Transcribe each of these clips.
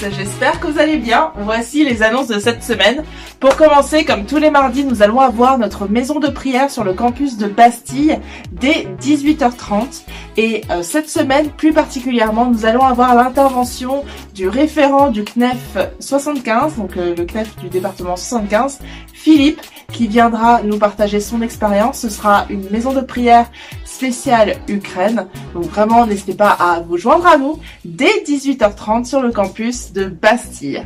j'espère que vous allez bien. Voici les annonces de cette semaine. Pour commencer, comme tous les mardis, nous allons avoir notre maison de prière sur le campus de Bastille dès 18h30. Et cette semaine, plus particulièrement, nous allons avoir l'intervention du référent du CNEF 75, donc le CNEF du département 75, Philippe, qui viendra nous partager son expérience. Ce sera une maison de prière spéciale Ukraine. Donc vraiment, n'hésitez pas à vous joindre à nous dès 18h30 sur le campus de Bastille.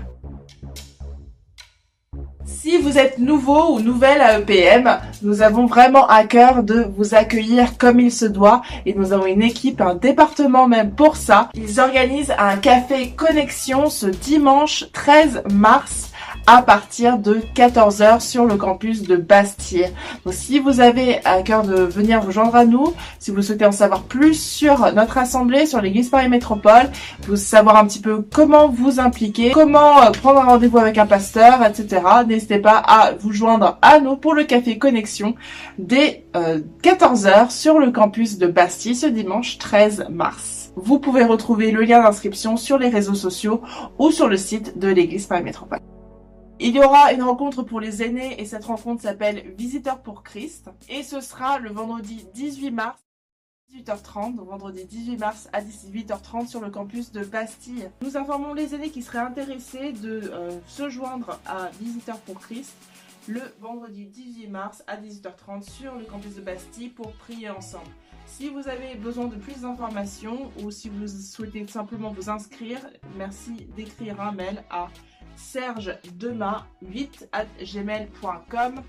Si vous êtes nouveau ou nouvelle à EPM, nous avons vraiment à cœur de vous accueillir comme il se doit et nous avons une équipe, un département même pour ça. Ils organisent un café connexion ce dimanche 13 mars à partir de 14h sur le campus de Bastille. Donc si vous avez à cœur de venir vous joindre à nous, si vous souhaitez en savoir plus sur notre assemblée, sur l'église Paris Métropole, vous savoir un petit peu comment vous impliquer, comment prendre un rendez-vous avec un pasteur, etc. N'hésitez pas à vous joindre à nous pour le café connexion dès 14h sur le campus de Bastille ce dimanche 13 mars. Vous pouvez retrouver le lien d'inscription sur les réseaux sociaux ou sur le site de l'église Paris Métropole. Il y aura une rencontre pour les aînés et cette rencontre s'appelle Visiteurs pour Christ et ce sera le vendredi 18 mars à 18h30, donc vendredi 18 mars à 18h30 sur le campus de Bastille. Nous informons les aînés qui seraient intéressés de se joindre à Visiteurs pour Christ le vendredi 18 mars à 18h30 sur le campus de Bastille pour prier ensemble. Si vous avez besoin de plus d'informations ou si vous souhaitez simplement vous inscrire, merci d'écrire un mail à sergedema8@gmail.com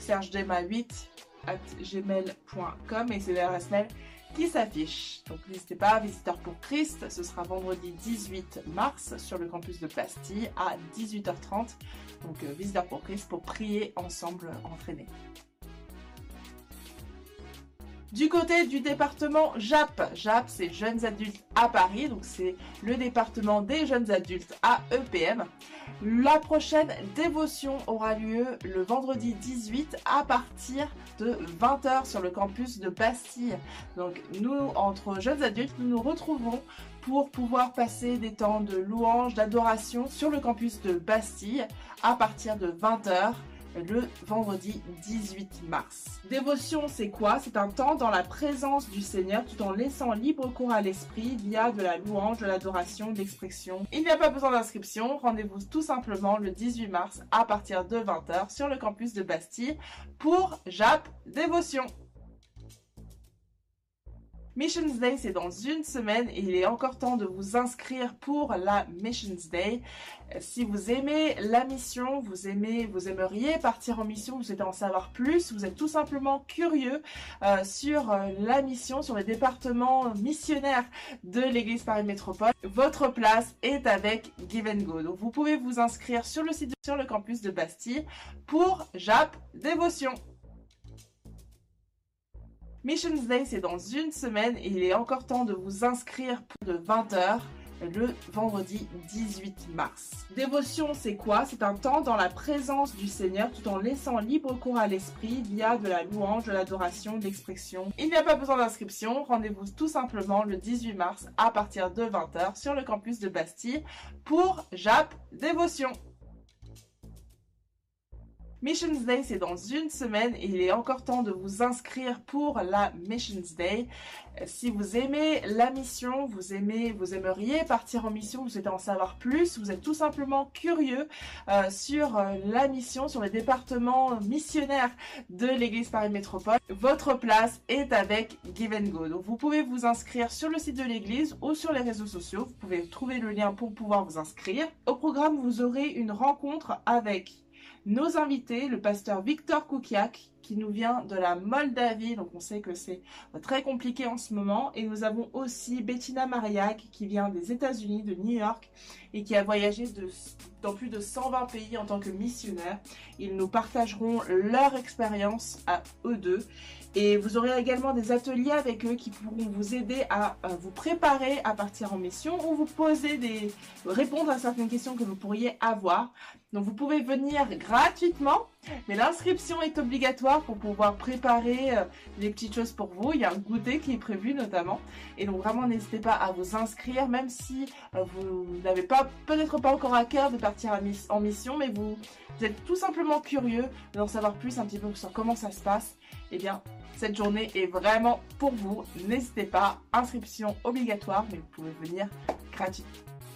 sergedema8@gmail.com et c'est l'adresse mail qui s'affiche. Donc n'hésitez pas, Visiteurs pour Christ, ce sera vendredi 18 mars sur le campus de Bastille à 18h30. Donc Visiteurs pour Christ pour prier ensemble, entraîner. Du côté du département JAP, JAP c'est Jeunes Adultes à Paris, donc c'est le département des jeunes adultes à EPM. La prochaine dévotion aura lieu le vendredi 18 à partir de 20h sur le campus de Bastille. Donc nous, entre jeunes adultes, nous nous retrouvons pour pouvoir passer des temps de louange, d'adoration sur le campus de Bastille à partir de 20h. Le vendredi 18 mars. Dévotion, c'est quoi? C'est un temps dans la présence du Seigneur tout en laissant libre cours à l'esprit via de la louange, de l'adoration, de l'expression. Il n'y a pas besoin d'inscription, rendez-vous tout simplement le 18 mars à partir de 20h sur le campus de Bastille pour JAP Dévotion. Missions Day, c'est dans une semaine et il est encore temps de vous inscrire pour la Missions Day. Si vous aimez la mission, vous aimeriez partir en mission, vous souhaitez en savoir plus, vous êtes tout simplement curieux sur la mission, sur les départements missionnaires de l'église Paris Métropole, votre place est avec Give & Go. Donc vous pouvez vous inscrire sur le site, sur le campus de Bastille pour JAP Dévotion. Missions Day, c'est dans une semaine et il est encore temps de vous inscrire pour de 20h le vendredi 18 mars. Dévotion, c'est quoi? C'est un temps dans la présence du Seigneur tout en laissant libre cours à l'esprit via de la louange, de l'adoration, de l'expression. Il n'y a pas besoin d'inscription, rendez-vous tout simplement le 18 mars à partir de 20h sur le campus de Bastille pour JAP Dévotion. Missions Day, c'est dans une semaine et il est encore temps de vous inscrire pour la Missions Day. Si vous aimez la mission, vous aimeriez partir en mission, vous souhaitez en savoir plus, vous êtes tout simplement curieux sur la mission, sur les départements missionnaires de l'église Paris Métropole, votre place est avec Give & Go. Donc vous pouvez vous inscrire sur le site de l'église ou sur les réseaux sociaux, vous pouvez trouver le lien pour pouvoir vous inscrire. Au programme, vous aurez une rencontre avec nos invités, le pasteur Victor Koukiak, qui nous vient de la Moldavie, donc on sait que c'est très compliqué en ce moment. Et nous avons aussi Bettina Mariak, qui vient des États-Unis, de New York, et qui a voyagé dans plus de 120 pays en tant que missionnaire. Ils nous partageront leur expérience à eux deux. Et vous aurez également des ateliers avec eux qui pourront vous aider à vous préparer à partir en mission ou vous répondre à certaines questions que vous pourriez avoir. Donc vous pouvez venir gratuitement Mais l'inscription est obligatoire pour pouvoir préparer les petites choses pour vous. Il y a un goûter qui est prévu notamment. Et donc vraiment n'hésitez pas à vous inscrire, même si vous n'avez peut-être pas encore à cœur de partir en mission, mais vous êtes tout simplement curieux d'en savoir plus un petit peu sur comment ça se passe. Eh bien, cette journée est vraiment pour vous. N'hésitez pas, inscription obligatoire, mais vous pouvez venir gratuitement.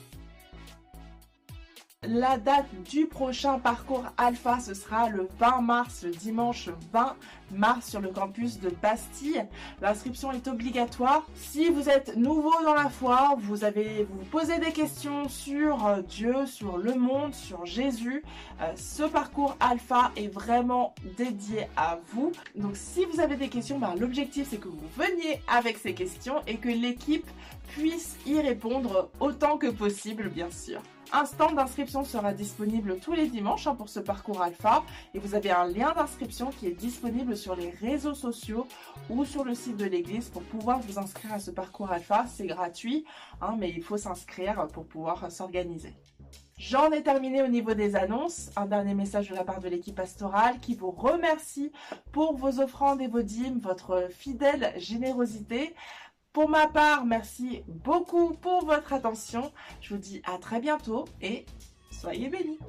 La date du prochain parcours alpha, ce sera le 20 mars, le dimanche 20 mars sur le campus de Bastille. L'inscription est obligatoire. Si vous êtes nouveau dans la foi, vous posez des questions sur Dieu, sur le monde, sur Jésus, ce parcours alpha est vraiment dédié à vous. Donc si vous avez des questions, l'objectif c'est que vous veniez avec ces questions et que l'équipe puisse y répondre autant que possible, bien sûr. Un stand d'inscription sera disponible tous les dimanches pour ce parcours alpha et vous avez un lien d'inscription qui est disponible sur les réseaux sociaux ou sur le site de l'église pour pouvoir vous inscrire à ce parcours alpha. C'est gratuit, mais il faut s'inscrire pour pouvoir s'organiser. J'en ai terminé au niveau des annonces. Un dernier message de la part de l'équipe pastorale qui vous remercie pour vos offrandes et vos dîmes, votre fidèle générosité. Pour ma part, merci beaucoup pour votre attention. Je vous dis à très bientôt et soyez bénis.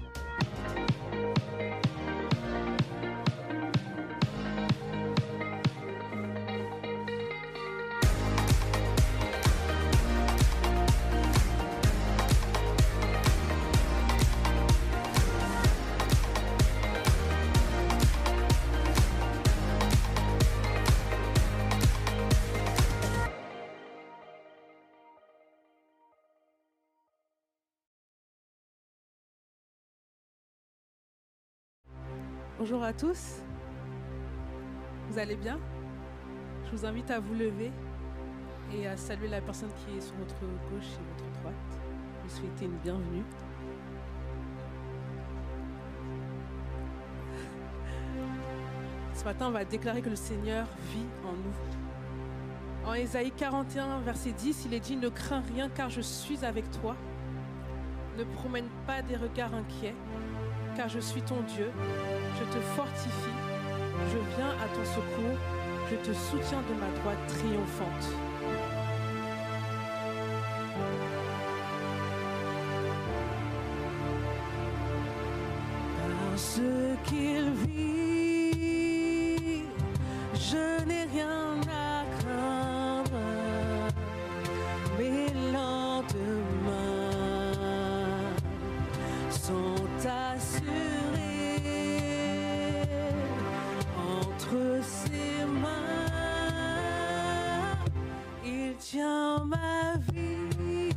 Bonjour à tous, vous allez bien? Je vous invite à vous lever et à saluer la personne qui est sur votre gauche et votre droite. Vous souhaitez une bienvenue. Ce matin, on va déclarer que le Seigneur vit en nous. En Ésaïe 41, verset 10, il est dit « Ne crains rien car je suis avec toi. Ne promène pas des regards inquiets car je suis ton Dieu. Je te fortifie, je viens à ton secours, je te soutiens de ma droite triomphante. » Parce qu'il vit, je n'ai rien à craindre, mes lendemains sont assurés. Entre ses mains, il tient ma vie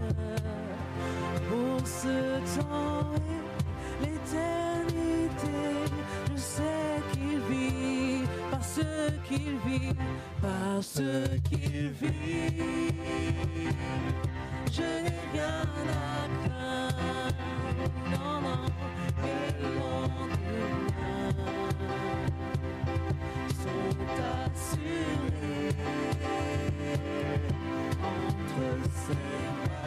pour ce temps et l'éternité. Je sais qu'il vit, parce qu'il vit, parce qu'il vit. Je n'ai rien à craindre, non, non, et lendemain assuré entre ses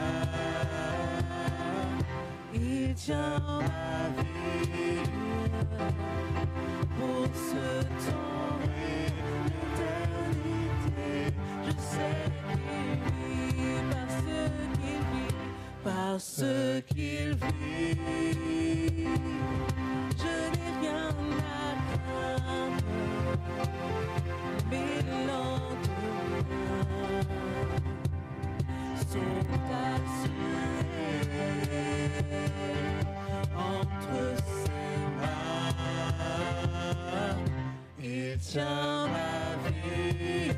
mains. Il tient ma vie pour ce temps et l'éternité. Je sais qu'il vit parce qu'il vit. Je n'ai rien à craindre. Mes lendemains sont assurés entre ses mains. Il tient ma vie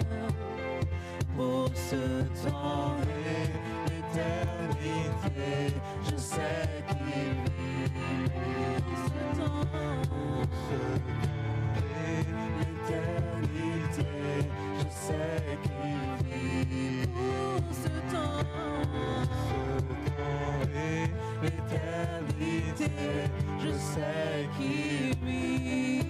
pour ce temps et l'éternité. Je sais qu'il vit pour ce temps. Je sais qu'il vit pour ce temps et l'éternité. Je sais qu'il vit.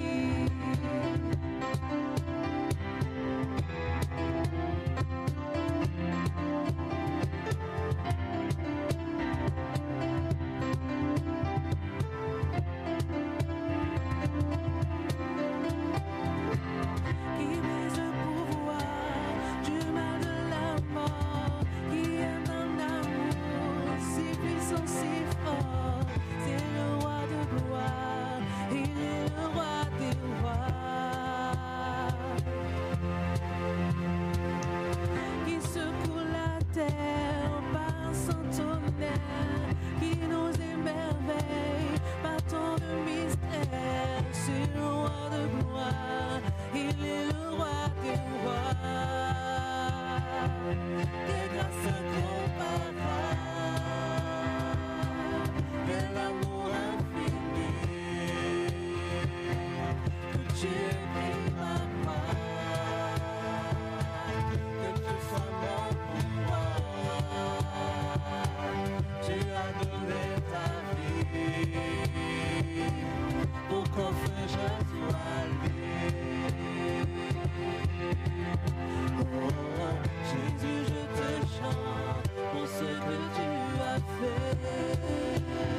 terre par un saint tonnerre qui nous émerveille par tant de mystères. C'est le roi de gloire, il est le roi des rois. Des grâces incomparables, de l'amour infini, que tu aies pris ma part, que tu sois mort pour moi. Tu as donné ta vie pour qu'enfin je sois libre. Oh, Jésus, je te chante pour ce que tu as fait.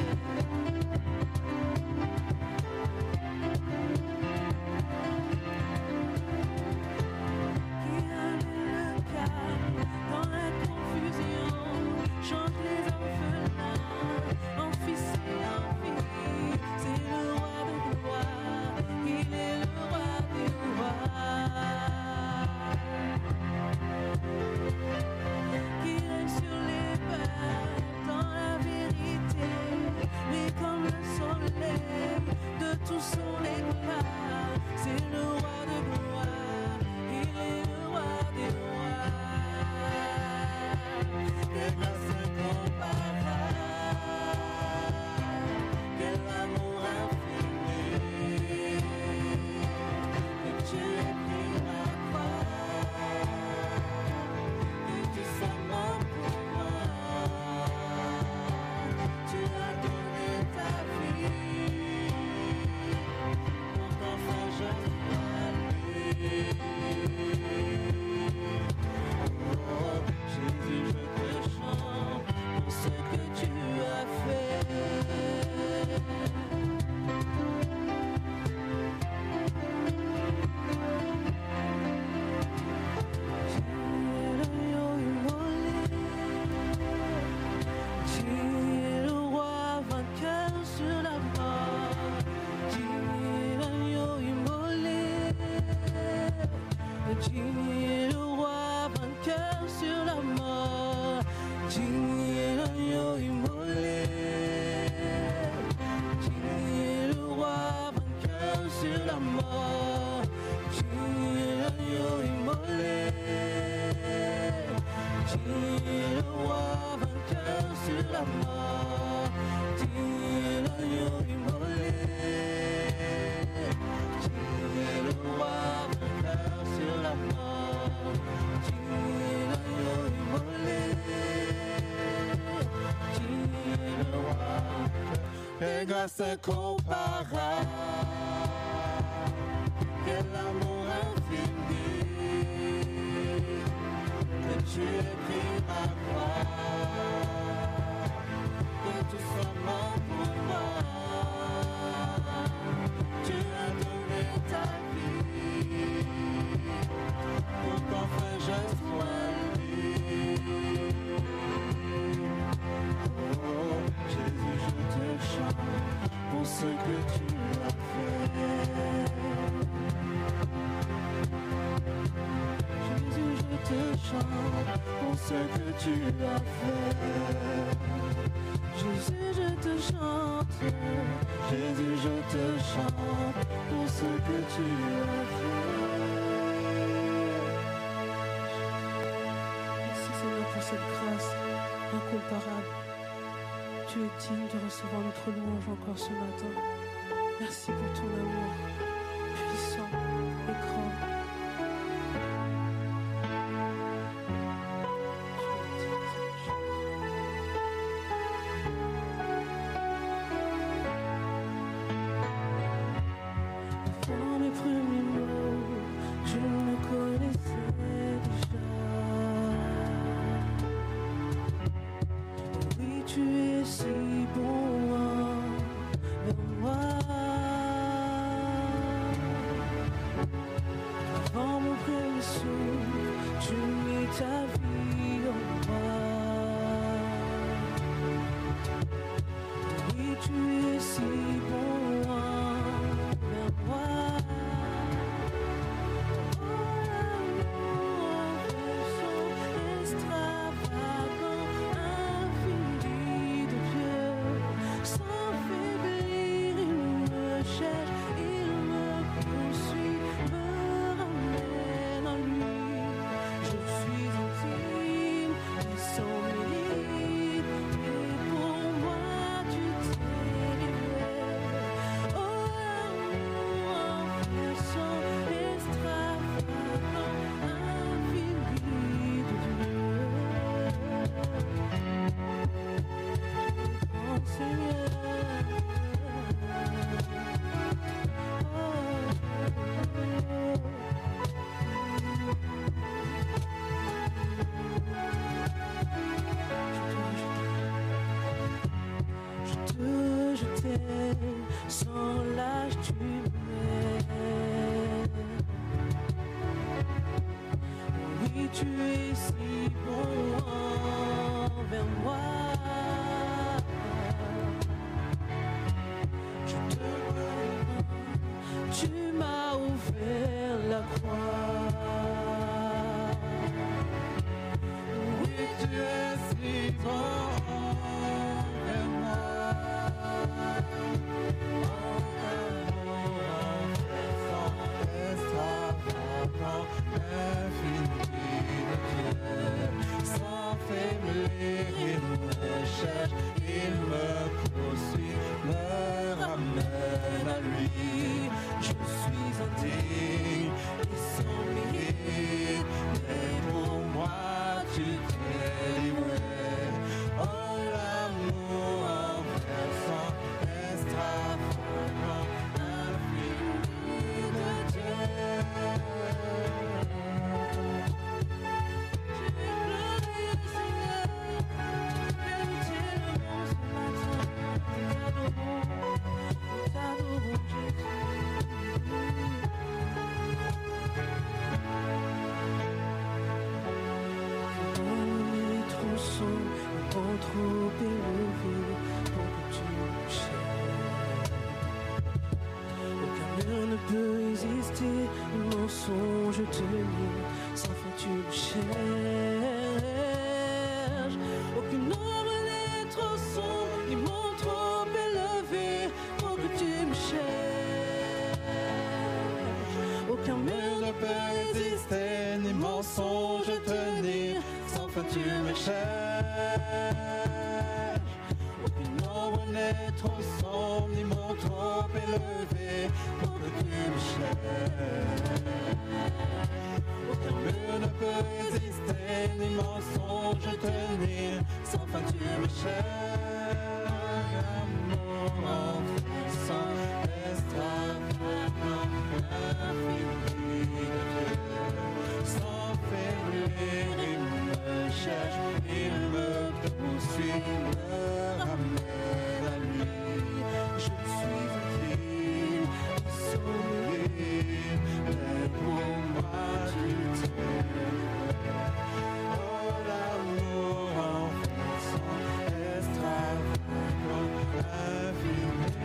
Qui a mis le calme dans la confusion, change les orphelins en fils et en filles. C'est le roi de gloire, il est le roi des rois. Qui règne sur les peurs dans la vérité, mais comme le soleil de tout son éclat. C'est le roi de gloire, il est le roi des rois. Des grâces incomparables, quel amour infini, que tu aies pris ma part, que tu sois mort pour moi. Tu as donné ta vie pour qu'enfin je sois libre. Oh, Jésus, je te chante pour ce que tu as fait. Tu es le roi vainqueur sur la mort. Tu es l'agneau immolé. Tu es le roi vainqueur sur la mort. Tu es l'agneau immolé. Tu es le roi vainqueur sur la mort. Tu es l'agneau immolé. Tu es le roi vainqueur sur la mort. Tu es l'agneau immolé. Tu es le roi vainqueur sur la mort. Tu es l'agneau immolé. Tu es le roi. Quelle grâce incomparable, quel amour infini, que tu aies pris ma croix, que tu sois mort pour moi. Tu as donné ta vie pour qu'enfin je sois libre. Oh, Jésus, je te chante pour ce que tu as fait. Jésus, je te chante pour ce que tu as fait. Jésus, je te chante. Jésus, je te chante pour ce que tu as fait. Merci Seigneur pour cette grâce incomparable. Tu es digne de recevoir notre louange encore ce matin. Merci pour ton amour puissant et grand. Avant mes premiers mots, je me connaissais déjà. Oui, tu es si bon vers moi. Avant mon premier souffle, tu mis ta vie en moi. Oui, tu es si bon vers moi. Oh, l'amour en faisant extravagant. sans l'âge tu m'aimes. Oui, tu es si bon envers moi. Je te vois, tu m'as ouvert la croix. Oui, tu es si bon envers moi. Sans faiblir, il me cherche, il me poursuit, me ramène à lui. Je suis indigne et sans mérite, mais pour moi tu t'es livré. Oh, l'amour enversant, extravagant, infini de Dieu. Trop élevé pour que tu me cherches. Aucun mur ne peut résister, le mensonge te nie, sans fin tu me cherches. Aucune ombre n'est trop sombre, ni mon trop élevé pour que tu me cherches. Aucun mur ne peut résister, ni mensonge te nie, sans fin tu me cherches. Aucune ombre n'est trop sombre, ni mon trop élevé pour que tu me cherches. Aucun mur ne peut résister, ni mensonge tenir, sans fin tu me cherches. Amour enversant, extravagant, infini de Dieu. Sans faiblir, il me cherche, il me poursuit, me ramène à lui. Je suis intime, isolé, mais pour moi tu t'aimes. Oh, l'amour enversant, extravagant, infini de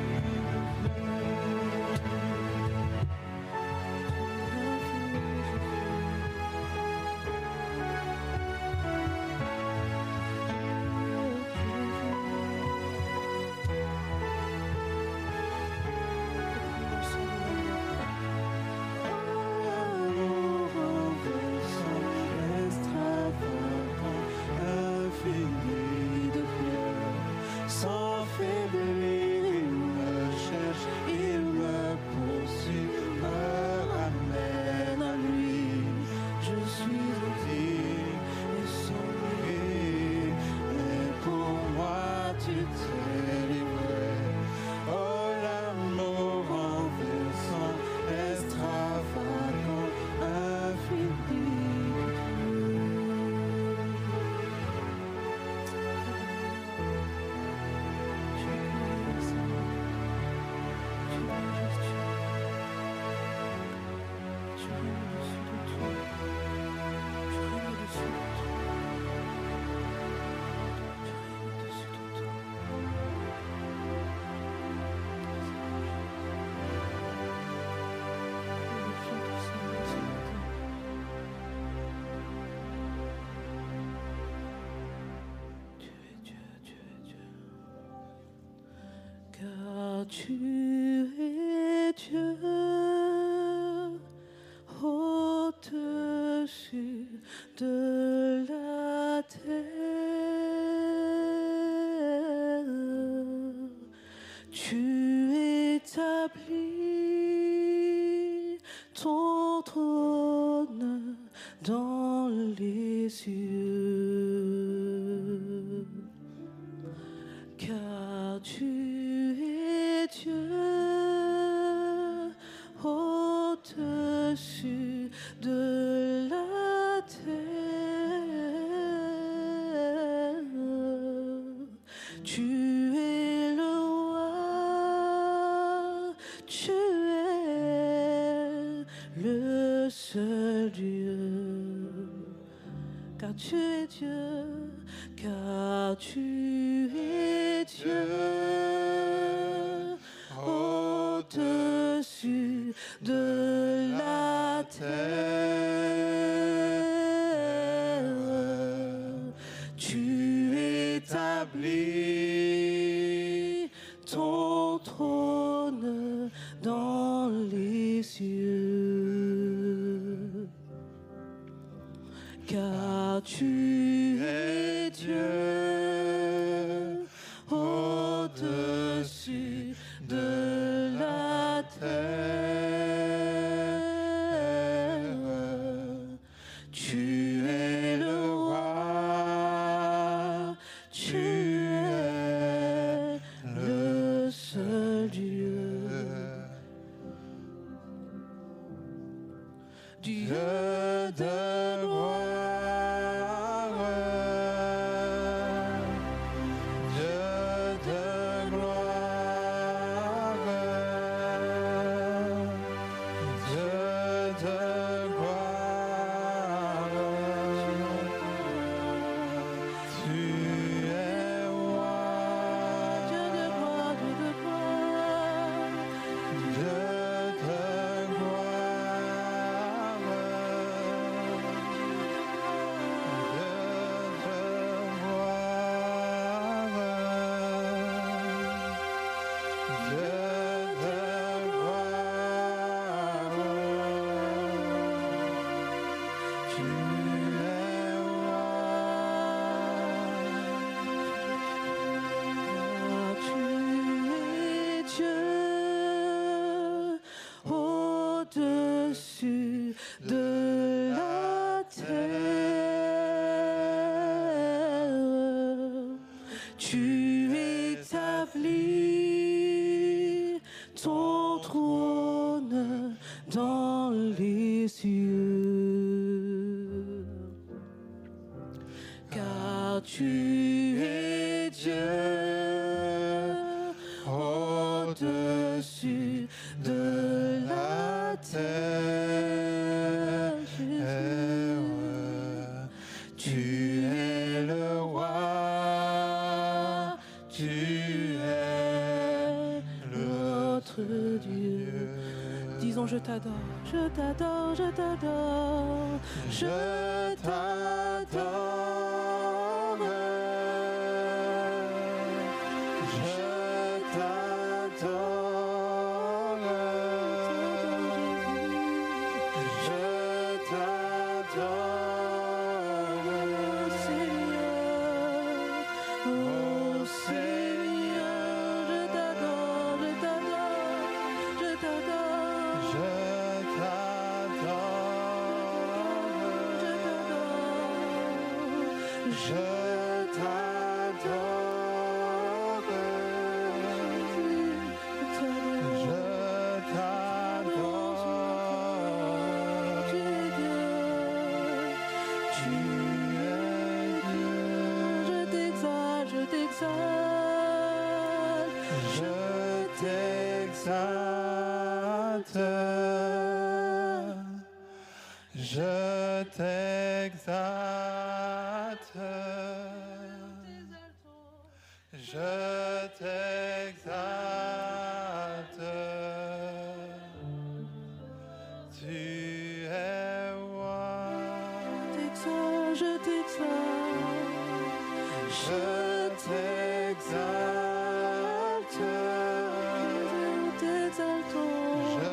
tu es Dieu au-dessus de la terre. Tu établis ton trône dans les cieux, car tu es Dieu au-dessus de la terre. Tu es le roi seul Dieu, car tu es Dieu, car tu es Dieu, au-dessus de la terre. Tu établis ton trône dans les cieux, car tu es Dieu au-dessus de la terre. Tu es le roi, tu es le seul Dieu. Dieu de gloire, Dieu de gloire, Dieu de gloire, tu es roi, Dieu de gloire, Dieu de gloire, Dieu de au-dessus de la terre. Tu établis ton trône dans les cieux, car tu es Dieu au-dessus de la terre. Tu es le roi, tu es notre Dieu. Disons je t'adore, je t'adore, je t'adore, je t'adore, je t'adore, je t'adore, Seigneur, oh Seigneur, je t'adore, je t'adore, je t'adore, je t'adore, je je t'exalte, je t'exalte, tu es roi, je t'exalte, je t'exalte, je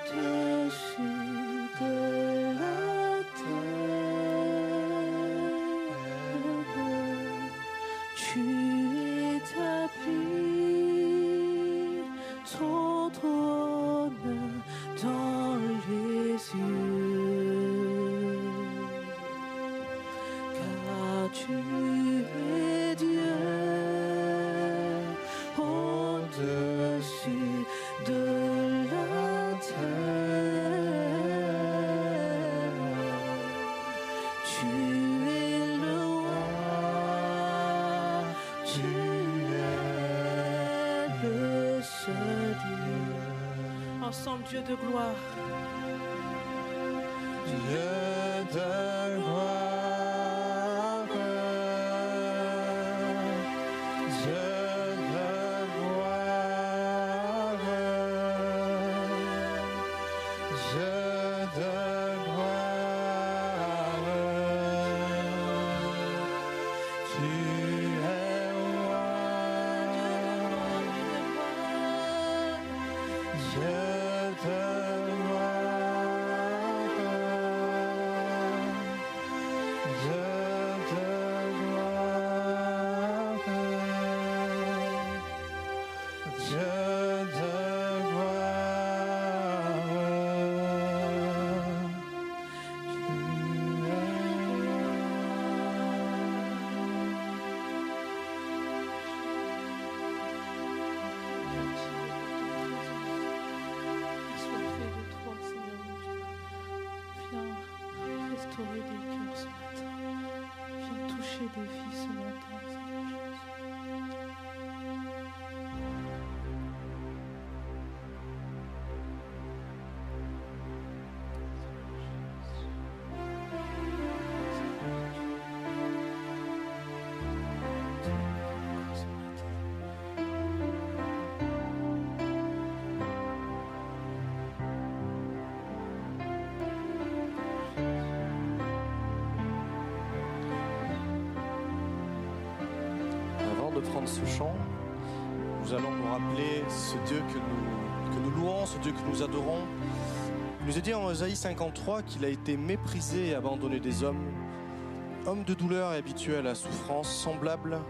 au-dessus de la terre. Tu établis ton trône dans les cieux, car tu es Dieu au-dessus de la terre. Tu es le roi, tu es le seul Dieu. Ensemble, Dieu de gloire. Dieu de gloire, Dieu de gloire, Dieu de gloire, tu es roi, Dieu de prendre ce chant, nous allons nous rappeler ce Dieu que nous louons, ce Dieu que nous adorons. Il nous est dit en Ésaïe 53 qu'il a été méprisé et abandonné des hommes, homme de douleur et habitué à la souffrance, semblable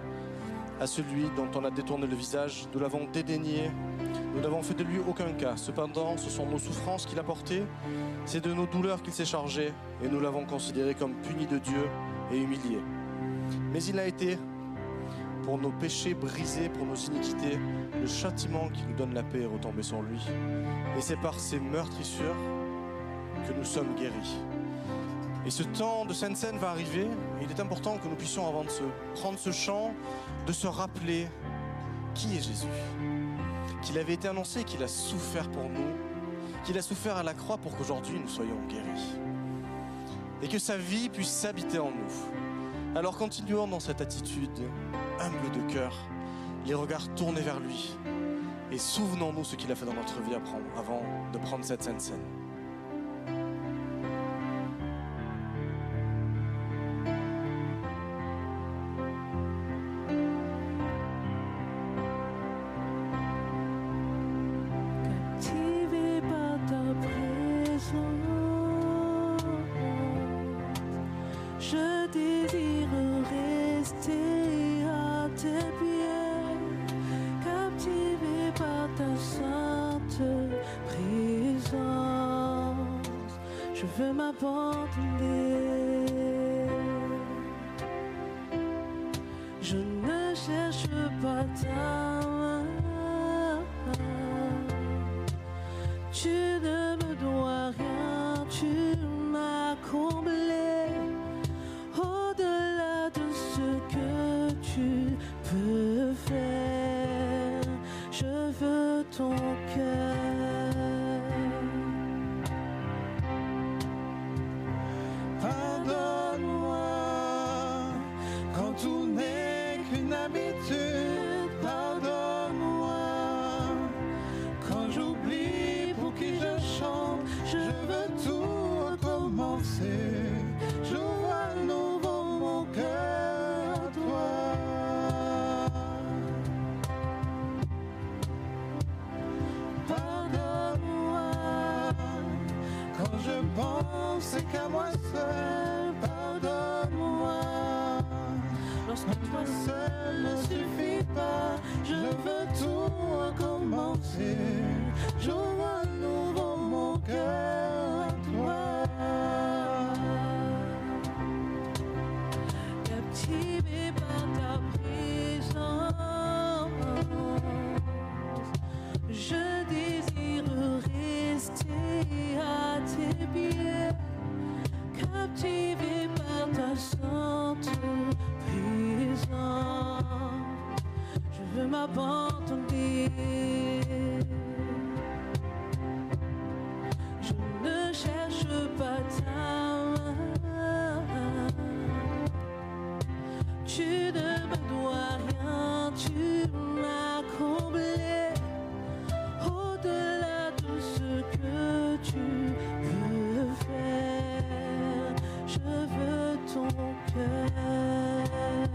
à celui dont on a détourné le visage. Nous l'avons dédaigné, nous n'avons fait de lui aucun cas. Cependant, ce sont nos souffrances qu'il a portées, c'est de nos douleurs qu'il s'est chargé, et nous l'avons considéré comme puni de Dieu et humilié. Mais il a été pour nos péchés brisés, pour nos iniquités, le châtiment qui nous donne la paix est retombé sur lui. Et c'est par ses meurtrissures que nous sommes guéris. Et ce temps de Sainte Seine va arriver, et il est important que nous puissions, avant de prendre ce chant, de se rappeler qui est Jésus. Qu'il avait été annoncé, qu'il a souffert pour nous, qu'il a souffert à la croix pour qu'aujourd'hui nous soyons guéris. Et que sa vie puisse s'habiter en nous. Alors continuons dans cette attitude humble de cœur, les regards tournés vers lui, et souvenons-nous ce qu'il a fait dans notre vie avant de prendre cette Sainte Seine. Captivé par ta présence, je désire rester à tes pieds, captivé par ta sainte présence, je veux m'abandonner. Je ne cherche pas ta main, tu ne me dois rien, tu m'as comblé. Au-delà de ce que tu peux faire, je veux ton cœur. Pardonne-moi quand tout n'est qu'une habitude. Pardonne-moi quand j'oublie pour qui je chante. Je veux tout recommencer. J'ouvre à nouveau mon cœur à toi. Pardonne-moi pensé qu'à moi seul, pardonne-moi. Lorsque toi Seul ne suffit pas, je veux tout recommencer. J'ouvre à nouveau mon cœur à toi. captivé par ta présence, je désire rester à tes pieds, captivé par ta sainte présence. Je veux m'abandonner. Je ne cherche pas ta main. Tu ne me dois rien, tu m'as comblé. Au-delà de ce que tu peux faire, je veux ton cœur.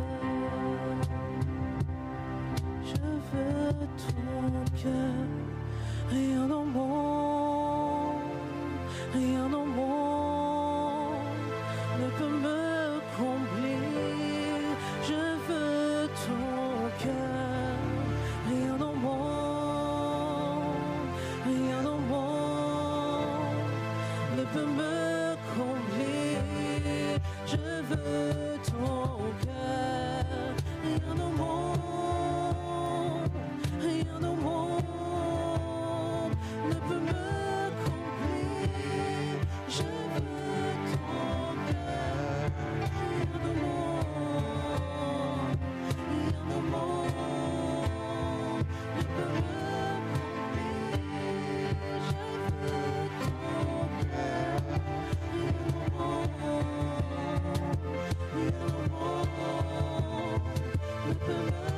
Je veux ton cœur. Rien au monde, rien au monde ne peut me combler. Je veux ton cœur. Rien au monde, rien au monde ne peut me combler. Je veux ton cœur. Rien au monde, rien au monde ne peut me combler. Je veux ton cœur. Rien au monde, rien au monde ne peut me combler. Je veux ton cœur. Rien au monde, rien au monde ne peut me combler.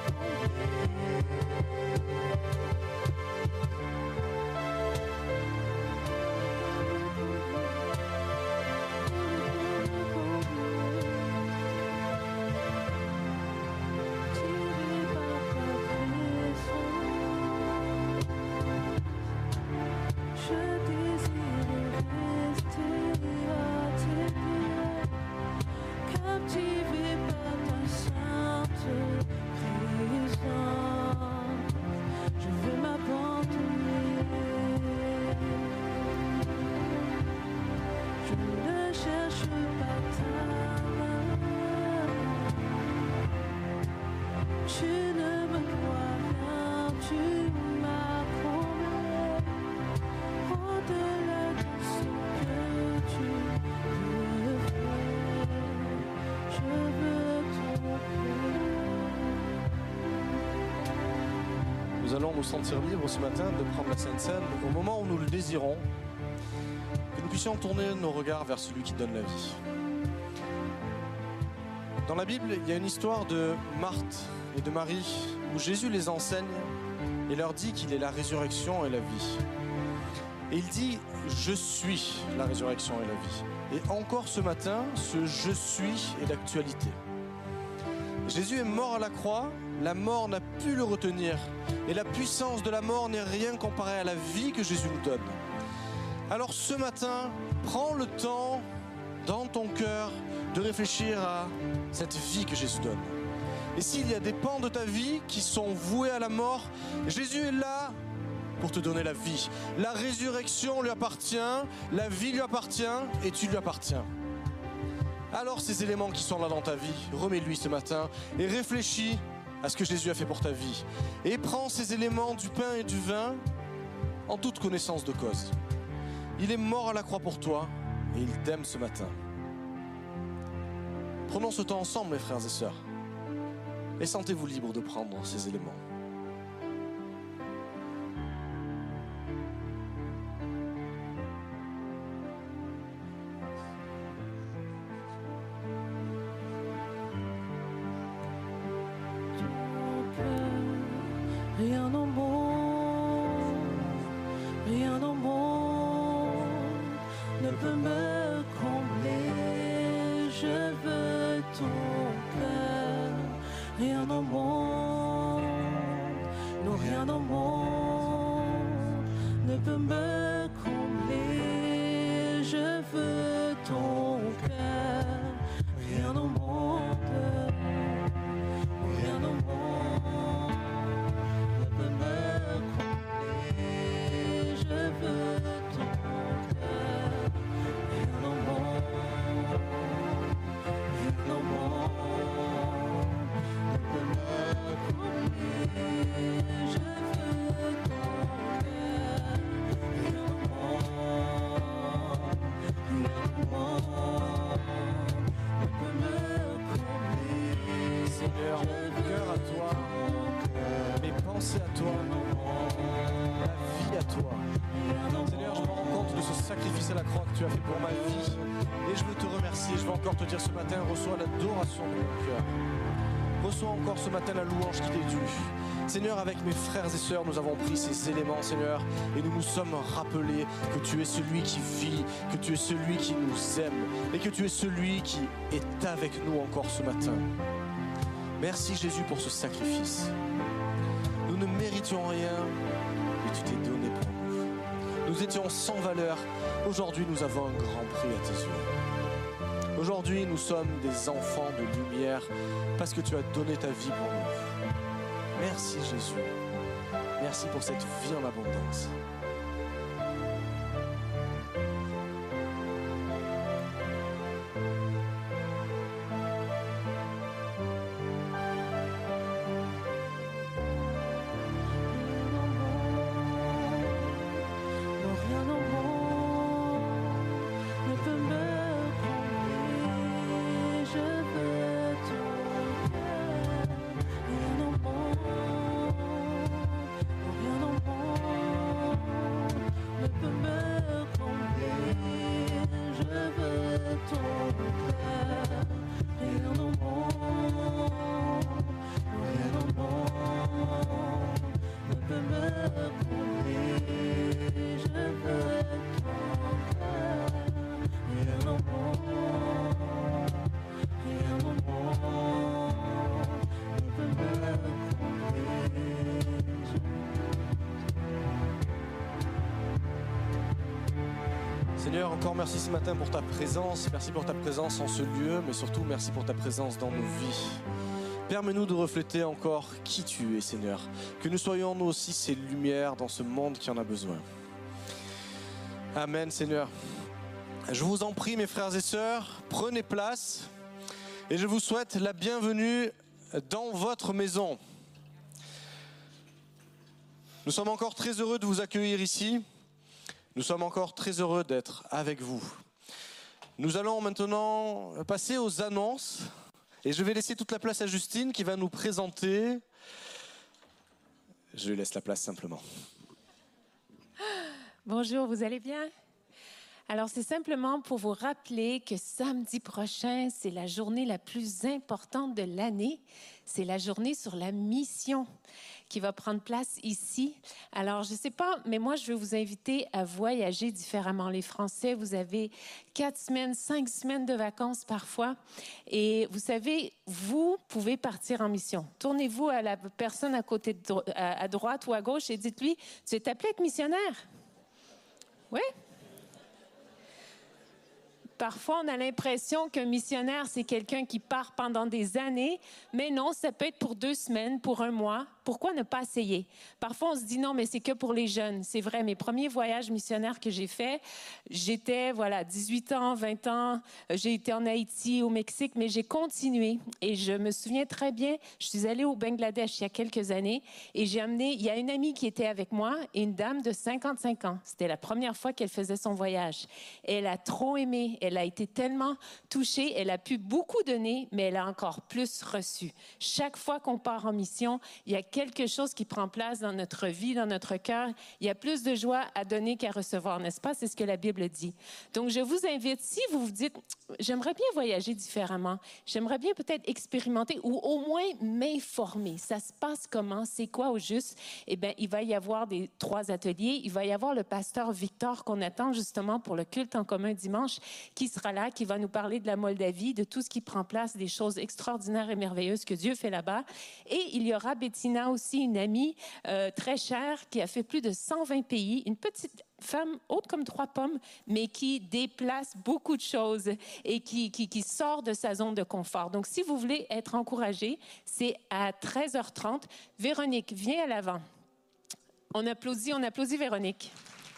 Je désire rester à tes pieds, captivé par ta sainte présence. Je veux m'abandonner. Je ne cherche pas ta main. Tu ne me dois rien, tu m'as comblé. Au-delà de ce que tu peux faire, je veux ton cœur. Nous allons nous sentir libres ce matin de prendre la Sainte Seine au moment où nous le désirons, que nous puissions tourner nos regards vers celui qui donne la vie. Dans la Bible, il y a une histoire de Marthe et de Marie où Jésus les enseigne et leur dit qu'il est la résurrection et la vie. Et il dit « Je suis la résurrection et la vie ». Et encore ce matin, ce « je suis » est d'actualité. Jésus est mort à la croix, la mort n'a pu le retenir. Et la puissance de la mort n'est rien comparé à la vie que Jésus nous donne. Alors ce matin, prends le temps dans ton cœur de réfléchir à cette vie que Jésus donne. Et s'il y a des pans de ta vie qui sont voués à la mort, Jésus est là pour te donner la vie. La résurrection lui appartient, la vie lui appartient et tu lui appartiens. Alors ces éléments qui sont là dans ta vie, remets-lui ce matin et réfléchis à ce que Jésus a fait pour ta vie. Et prends ces éléments du pain et du vin en toute connaissance de cause. Il est mort à la croix pour toi et il t'aime ce matin. Prenons ce temps ensemble, mes frères et sœurs, et sentez-vous libres de prendre ces éléments. Rien au monde, rien au monde ne peut me combler. Je veux ton cœur. Rien au monde, non rien au monde ne peut me combler. Je veux ton cœur, rien au monde, rien au monde ne peut me combler. Je veux ton cœur, rien au monde, rien au monde ne peut me combler. Je veux ton cœur, rien au monde, rien au monde ne peut me combler. Seigneur, mon cœur à toi, mes pensées à toi, ma vie à toi. Seigneur, je me rends compte de ce sacrifice à la croix que tu as fait pour ma vie. Et je veux te remercier. Je veux encore te dire ce matin, reçois l'adoration de mon cœur. Reçois encore ce matin la louange qui t'est due. Seigneur, avec mes frères et sœurs, nous avons pris ces éléments, Seigneur, et nous nous sommes rappelés que tu es celui qui vit, que tu es celui qui nous aime, et que tu es celui qui est avec nous encore ce matin. Merci Jésus pour ce sacrifice. Nous ne méritions rien, mais tu t'es donné pour nous. Nous étions sans valeur. Aujourd'hui, nous avons un grand prix à tes yeux. Aujourd'hui, nous sommes des enfants de lumière parce que tu as donné ta vie pour nous. Merci Jésus. Merci pour cette vie en abondance. Rien au monde ne peut me combler. Je veux ton cœur, rien au monde, rien au monde ne peut me combler. Je veux ton cœur, rien au monde, rien au monde ne peut me combler. Je veux ton cœur, rien au monde, rien au monde ne peut me combler. Seigneur, encore merci ce matin pour ta présence. Merci pour ta présence en ce lieu, mais surtout merci pour ta présence dans nos vies. Permets-nous de refléter encore qui tu es, Seigneur. Que nous soyons nous aussi ces lumières dans ce monde qui en a besoin. Amen, Seigneur. Je vous en prie, mes frères et sœurs, prenez place et je vous souhaite la bienvenue dans votre maison. Nous sommes encore très heureux de vous accueillir ici. Nous sommes encore très heureux d'être avec vous. Nous allons maintenant passer aux annonces et je vais laisser toute la place à Justine qui va nous présenter. Je lui laisse la place simplement. Bonjour, vous allez bien? Alors, c'est simplement pour vous rappeler que samedi prochain, c'est la journée la plus importante de l'année. C'est la journée sur la mission qui va prendre place ici. Alors, je ne sais pas, mais moi, je veux vous inviter à voyager différemment. Les Français, vous avez 4 semaines, 5 semaines de vacances parfois. Et vous savez, vous pouvez partir en mission. Tournez-vous à la personne à côté à droite ou à gauche et dites-lui, tu es appelé à être missionnaire? Oui? Parfois, on a l'impression qu'un missionnaire, c'est quelqu'un qui part pendant des années, mais non, ça peut être pour 2 semaines, pour 1 mois. Pourquoi ne pas essayer? Parfois, on se dit non, mais c'est que pour les jeunes. C'est vrai, mes premiers voyages missionnaires que j'ai faits, j'étais, 18 ans, 20 ans, j'ai été en Haïti, au Mexique, mais j'ai continué. Et je me souviens très bien, je suis allée au Bangladesh il y a quelques années et j'ai amené, il y a une amie qui était avec moi et une dame de 55 ans. C'était la première fois qu'elle faisait son voyage. Elle a trop aimé. Elle a été tellement touchée. Elle a pu beaucoup donner, mais elle a encore plus reçu. Chaque fois qu'on part en mission, il y a quelque chose qui prend place dans notre vie, dans notre cœur. Il y a plus de joie à donner qu'à recevoir, n'est-ce pas? C'est ce que la Bible dit. Donc, je vous invite, si vous vous dites, j'aimerais bien voyager différemment, j'aimerais bien peut-être expérimenter ou au moins m'informer. Ça se passe comment? C'est quoi au juste? Eh bien, il va y avoir 3 ateliers. Il va y avoir le pasteur Victor qu'on attend justement pour le culte en commun dimanche qui sera là, qui va nous parler de la Moldavie, de tout ce qui prend place, des choses extraordinaires et merveilleuses que Dieu fait là-bas. Et il y aura Bettina aussi, une amie très chère, qui a fait plus de 120 pays, une petite femme haute comme 3 pommes, mais qui déplace beaucoup de choses et qui sort de sa zone de confort. Donc, si vous voulez être encouragé, c'est à 13h30. Véronique, viens à l'avant. On applaudit Véronique.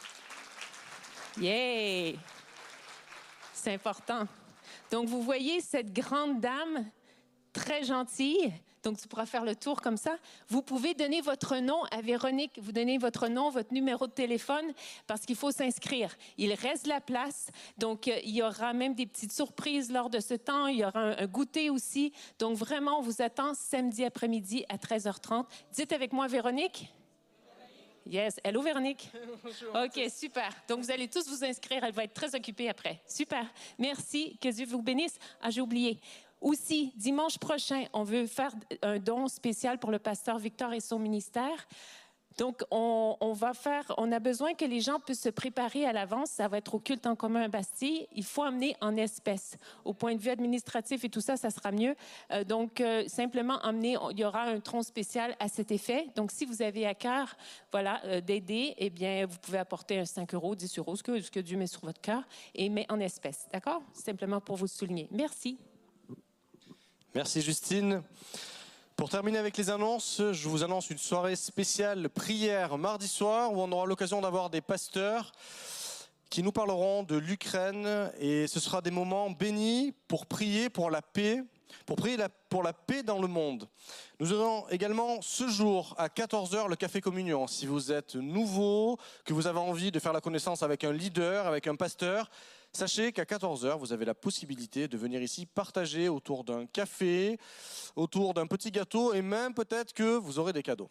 Yeah! C'est important. Donc, vous voyez cette grande dame très gentille. Donc, tu pourras faire le tour comme ça. Vous pouvez donner votre nom à Véronique. Vous donnez votre nom, votre numéro de téléphone, parce qu'il faut s'inscrire. Il reste la place. Donc, il y aura même des petites surprises lors de ce temps. Il y aura un goûter aussi. Donc, vraiment, on vous attend samedi après-midi à 13h30. Dites avec moi, Véronique. Yes. Hello, Véronique. Bonjour. OK, super. Donc, vous allez tous vous inscrire. Elle va être très occupée après. Super. Merci. Que Dieu vous bénisse. Ah, j'ai oublié. Aussi, dimanche prochain, on veut faire un don spécial pour le pasteur Victor et son ministère. Donc, on a besoin que les gens puissent se préparer à l'avance. Ça va être au culte en commun à Bastille. Il faut amener en espèces. Au point de vue administratif et tout ça, ça sera mieux. Donc, simplement amener, il y aura un tronc spécial à cet effet. Donc, si vous avez à cœur, voilà, d'aider, eh bien, vous pouvez apporter un 5 €, 10 €, ce que Dieu met sur votre cœur, mais en espèces. D'accord? Simplement pour vous souligner. Merci. Merci Justine. Pour terminer avec les annonces, je vous annonce une soirée spéciale prière mardi soir où on aura l'occasion d'avoir des pasteurs qui nous parleront de l'Ukraine et ce sera des moments bénis pour prier pour la paix, pour la paix dans le monde. Nous aurons également ce jour à 14h le café communion. Si vous êtes nouveau, que vous avez envie de faire la connaissance avec un leader, avec un pasteur, sachez qu'à 14h, vous avez la possibilité de venir ici partager autour d'un café, autour d'un petit gâteau et même peut-être que vous aurez des cadeaux.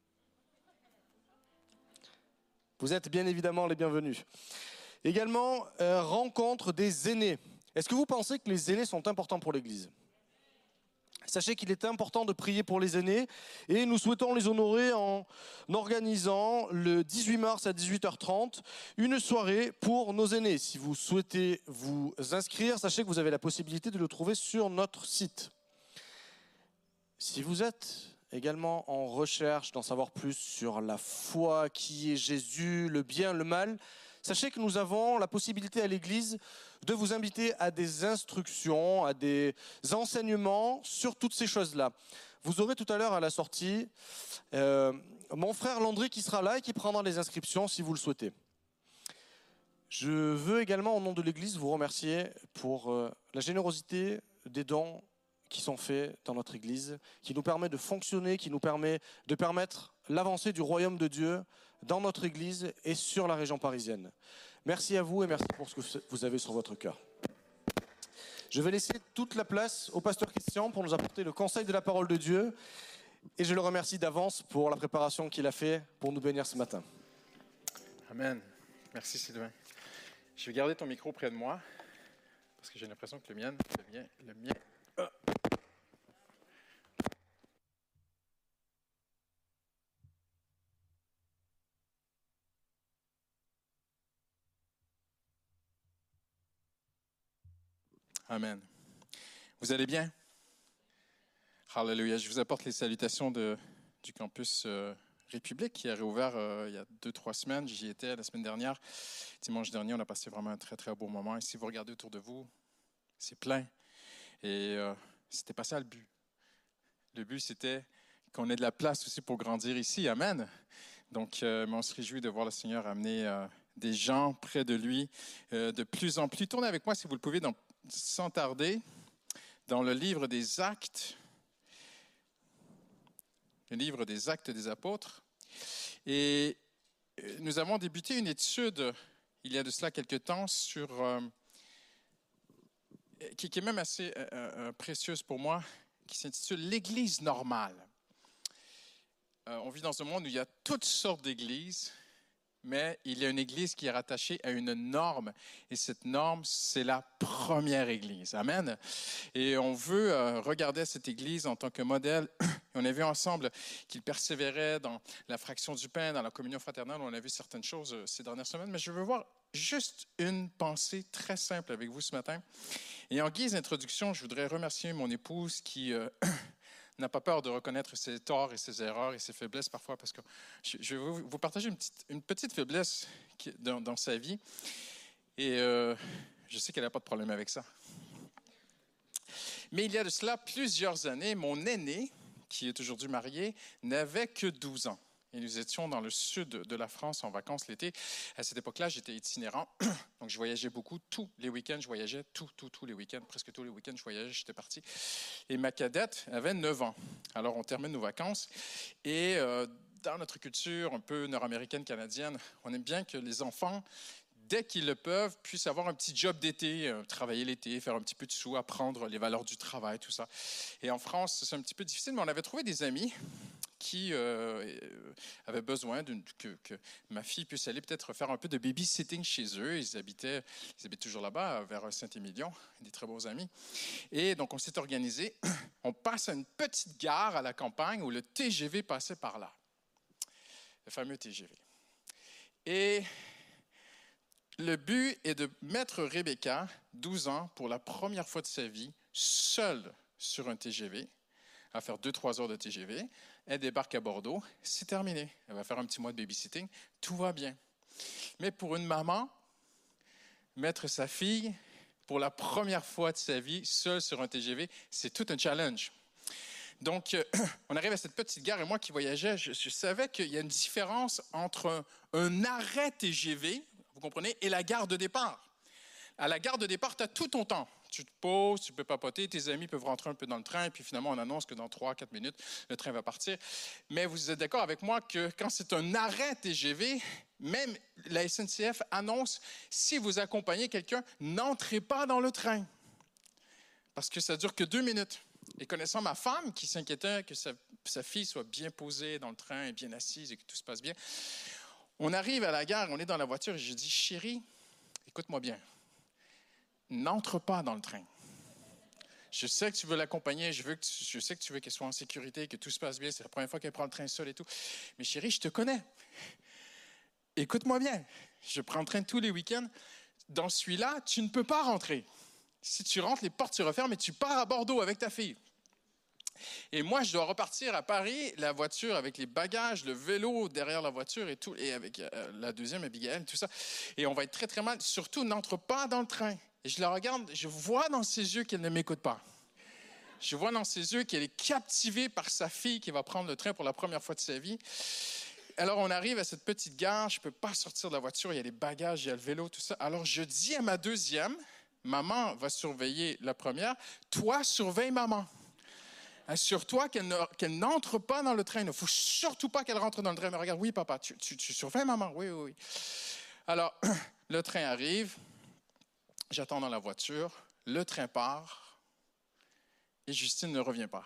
Vous êtes bien évidemment les bienvenus. Également, rencontre des aînés. Est-ce que vous pensez que les aînés sont importants pour l'Église ? Sachez qu'il est important de prier pour les aînés et nous souhaitons les honorer en organisant le 18 mars à 18h30 une soirée pour nos aînés. Si vous souhaitez vous inscrire, sachez que vous avez la possibilité de le trouver sur notre site. Si vous êtes également en recherche d'en savoir plus sur la foi, qui est Jésus, le bien, le mal, sachez que nous avons la possibilité à l'Église de vous inviter à des instructions, à des enseignements sur toutes ces choses-là. Vous aurez tout à l'heure à la sortie mon frère Landry qui sera là et qui prendra les inscriptions si vous le souhaitez. Je veux également, au nom de l'Église, vous remercier pour la générosité des dons qui sont faits dans notre Église, qui nous permet de fonctionner, qui nous permet de permettre l'avancée du royaume de Dieu dans notre Église et sur la région parisienne. Merci à vous et merci pour ce que vous avez sur votre cœur. Je vais laisser toute la place au pasteur Christian pour nous apporter le conseil de la parole de Dieu et je le remercie d'avance pour la préparation qu'il a fait pour nous bénir ce matin. Amen. Merci Sylvain. Je vais garder ton micro près de moi parce que j'ai l'impression que le mien. Amen. Vous allez bien? Hallelujah. Je vous apporte les salutations du campus République qui a réouvert il y a 2-3 semaines. J'y étais la semaine dernière. Dimanche dernier, on a passé vraiment un très, très beau moment. Et si vous regardez autour de vous, c'est plein. Et c'était pas ça le but. Le but, c'était qu'on ait de la place aussi pour grandir ici. Amen. Donc, on se réjouit de voir le Seigneur amener des gens près de lui de plus en plus. Tournez avec moi, si vous le pouvez, sans tarder, dans le livre des Actes. Le livre des Actes des Apôtres. Et nous avons débuté une étude, il y a de cela quelque temps, sur qui est même assez précieuse pour moi, qui s'intitule « L'Église normale ». On vit dans un monde où il y a toutes sortes d'églises, mais il y a une église qui est rattachée à une norme. Et cette norme, c'est la première église. Amen. Et on veut regarder cette église en tant que modèle. On a vu ensemble qu'il persévérait dans la fraction du pain, dans la communion fraternelle. On a vu certaines choses ces dernières semaines, mais je veux voir juste une pensée très simple avec vous ce matin. Et en guise d'introduction, je voudrais remercier mon épouse qui n'a pas peur de reconnaître ses torts et ses erreurs et ses faiblesses parfois, parce que je vais vous partager une petite faiblesse dans sa vie. Et je sais qu'elle n'a pas de problème avec ça. Mais il y a de cela plusieurs années, mon aîné, qui est aujourd'hui marié, n'avait que 12 ans. Et nous étions dans le sud de la France en vacances l'été. À cette époque-là, j'étais itinérant. Donc, je voyageais beaucoup. Tous les week-ends, je voyageais. Tous les week-ends, presque tous les week-ends, je voyageais, j'étais parti. Et ma cadette avait 9 ans. Alors, on termine nos vacances. Et dans notre culture un peu nord-américaine, canadienne, on aime bien que les enfants, dès qu'ils le peuvent, puissent avoir un petit job d'été, travailler l'été, faire un petit peu de sous, apprendre les valeurs du travail, tout ça. Et en France, c'est un petit peu difficile, mais on avait trouvé des amis qui avaient besoin que ma fille puisse aller peut-être faire un peu de babysitting chez eux. Ils habitent toujours là-bas, vers Saint-Émilion, des très beaux amis. Et donc, on s'est organisé. On passe à une petite gare à la campagne où le TGV passait par là. Le fameux TGV. Et le but est de mettre Rebecca, 12 ans, pour la première fois de sa vie, seule sur un TGV, à faire 2-3 heures de TGV. Elle débarque à Bordeaux, c'est terminé. Elle va faire un petit mois de babysitting, tout va bien. Mais pour une maman, mettre sa fille pour la première fois de sa vie seule sur un TGV, c'est tout un challenge. Donc, on arrive à cette petite gare et moi qui voyageais, je savais qu'il y a une différence entre un arrêt TGV, vous comprenez, et la gare de départ. À la gare de départ, tu as tout ton temps. Tu te poses, tu peux papoter, tes amis peuvent rentrer un peu dans le train, et puis finalement, on annonce que dans 3-4 minutes, le train va partir. Mais vous êtes d'accord avec moi que quand c'est un arrêt TGV, même la SNCF annonce, si vous accompagnez quelqu'un, n'entrez pas dans le train. Parce que ça ne dure que 2 minutes. Et connaissant ma femme, qui s'inquiétait que sa fille soit bien posée dans le train et bien assise et que tout se passe bien, on arrive à la gare, on est dans la voiture et je dis, chérie, écoute-moi bien. N'entre pas dans le train. Je sais que tu veux l'accompagner, je sais que tu veux qu'elle soit en sécurité, que tout se passe bien, c'est la première fois qu'elle prend le train seule et tout. Mais chérie, je te connais. Écoute-moi bien, je prends le train tous les week-ends. Dans celui-là, tu ne peux pas rentrer. Si tu rentres, les portes se referment et tu pars à Bordeaux avec ta fille. Et moi, je dois repartir à Paris, la voiture avec les bagages, le vélo derrière la voiture et tout, et avec la deuxième, Abigail, tout ça. Et on va être très, très mal. Surtout, n'entre pas dans le train. Et je la regarde, je vois dans ses yeux qu'elle ne m'écoute pas. Je vois dans ses yeux qu'elle est captivée par sa fille qui va prendre le train pour la première fois de sa vie. Alors, on arrive à cette petite gare, je ne peux pas sortir de la voiture, il y a les bagages, il y a le vélo, tout ça. Alors, je dis à ma deuxième, maman va surveiller la première, toi, surveille maman. Assure-toi qu'elle n'entre pas dans le train. Il ne faut surtout pas qu'elle rentre dans le train. Mais regarde, oui, papa, tu surveilles maman. Oui. Alors, le train arrive. J'attends dans la voiture. Le train part. Et Justine ne revient pas.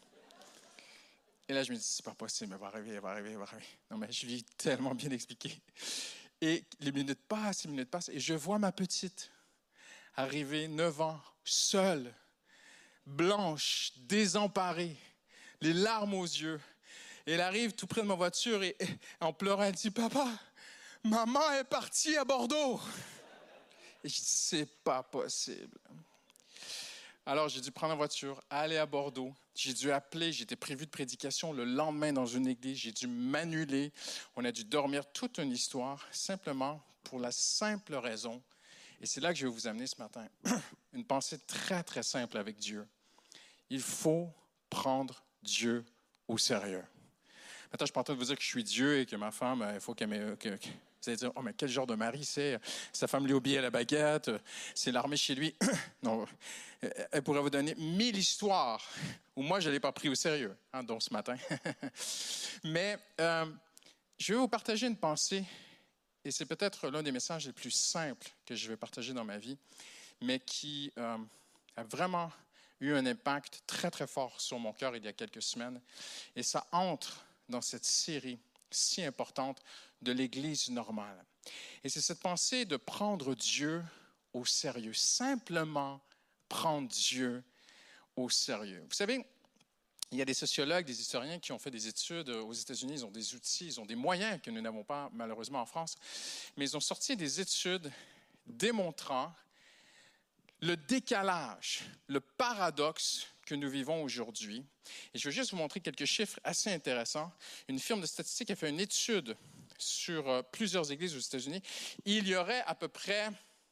Et là, je me dis, c'est pas possible, elle va arriver. Non, mais je lui ai tellement bien expliqué. Et les minutes passent. Et je vois ma petite arriver, 9 ans, seule, blanche, désemparée, les larmes aux yeux. Et elle arrive tout près de ma voiture et en pleurant, elle dit, papa, maman est partie à Bordeaux. Et je dis, c'est pas possible. Alors, j'ai dû prendre la voiture, aller à Bordeaux. J'ai dû appeler, j'étais prévu de prédication le lendemain dans une église. J'ai dû m'annuler. On a dû dormir toute une histoire, simplement pour la simple raison. Et c'est là que je vais vous amener ce matin. Une pensée très, très simple avec Dieu. Il faut prendre Dieu au sérieux. Maintenant, je ne suis pas en train de vous dire que je suis Dieu et que ma femme, il faut qu'elle vous allez dire, oh, mais quel genre de mari c'est? Sa femme lui obéit à la baguette, c'est l'armée chez lui. Non, elle pourrait vous donner 1000 histoires où moi, je ne l'ai pas pris au sérieux, dont ce matin. Mais je vais vous partager une pensée, et c'est peut-être l'un des messages les plus simples que je vais partager dans ma vie, mais qui a vraiment eu un impact très, très fort sur mon cœur il y a quelques semaines. Et ça entre dans cette série si importante de l'Église normale. Et c'est cette pensée de prendre Dieu au sérieux, simplement prendre Dieu au sérieux. Vous savez, il y a des sociologues, des historiens qui ont fait des études aux États-Unis, ils ont des outils, ils ont des moyens que nous n'avons pas malheureusement en France, mais ils ont sorti des études démontrant le décalage, le paradoxe que nous vivons aujourd'hui. Et je vais juste vous montrer quelques chiffres assez intéressants. Une firme de statistiques a fait une étude sur plusieurs églises aux États-Unis. Il y aurait à peu près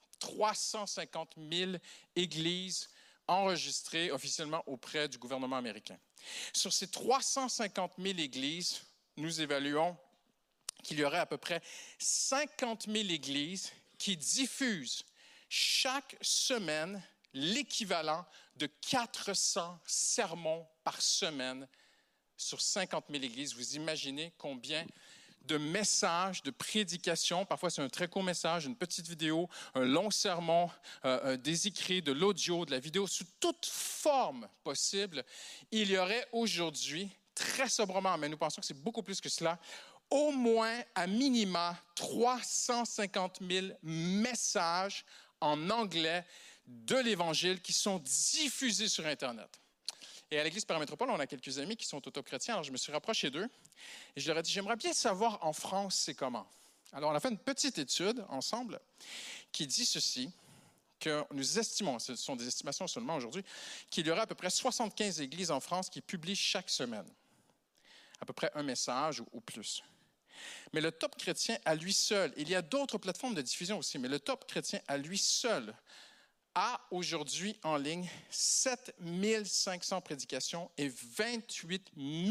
350 000 églises enregistrées officiellement auprès du gouvernement américain. Sur ces 350 000 églises, nous évaluons qu'il y aurait à peu près 50 000 églises qui diffusent chaque semaine l'équivalent de 400 sermons par semaine sur 50 000 églises. Vous imaginez combien de messages, de prédications, parfois c'est un très court message, une petite vidéo, un long sermon, des écrits, de l'audio, de la vidéo, sous toute forme possible. Il y aurait aujourd'hui, très sobrement, mais nous pensons que c'est beaucoup plus que cela, au moins à minima 350 000 messages en anglais de l'Évangile qui sont diffusés sur Internet. Et à l'Église Paramétropole, on a quelques amis qui sont autochrétiens, alors je me suis rapproché d'eux et je leur ai dit, j'aimerais bien savoir en France, c'est comment. Alors on a fait une petite étude ensemble qui dit ceci, que nous estimons, ce sont des estimations seulement aujourd'hui, qu'il y aurait à peu près 75 églises en France qui publient chaque semaine à peu près un message ou plus. Mais le Top Chrétien à lui seul, il y a d'autres plateformes de diffusion aussi, mais le Top Chrétien à lui seul a aujourd'hui en ligne 7 500 prédications et 28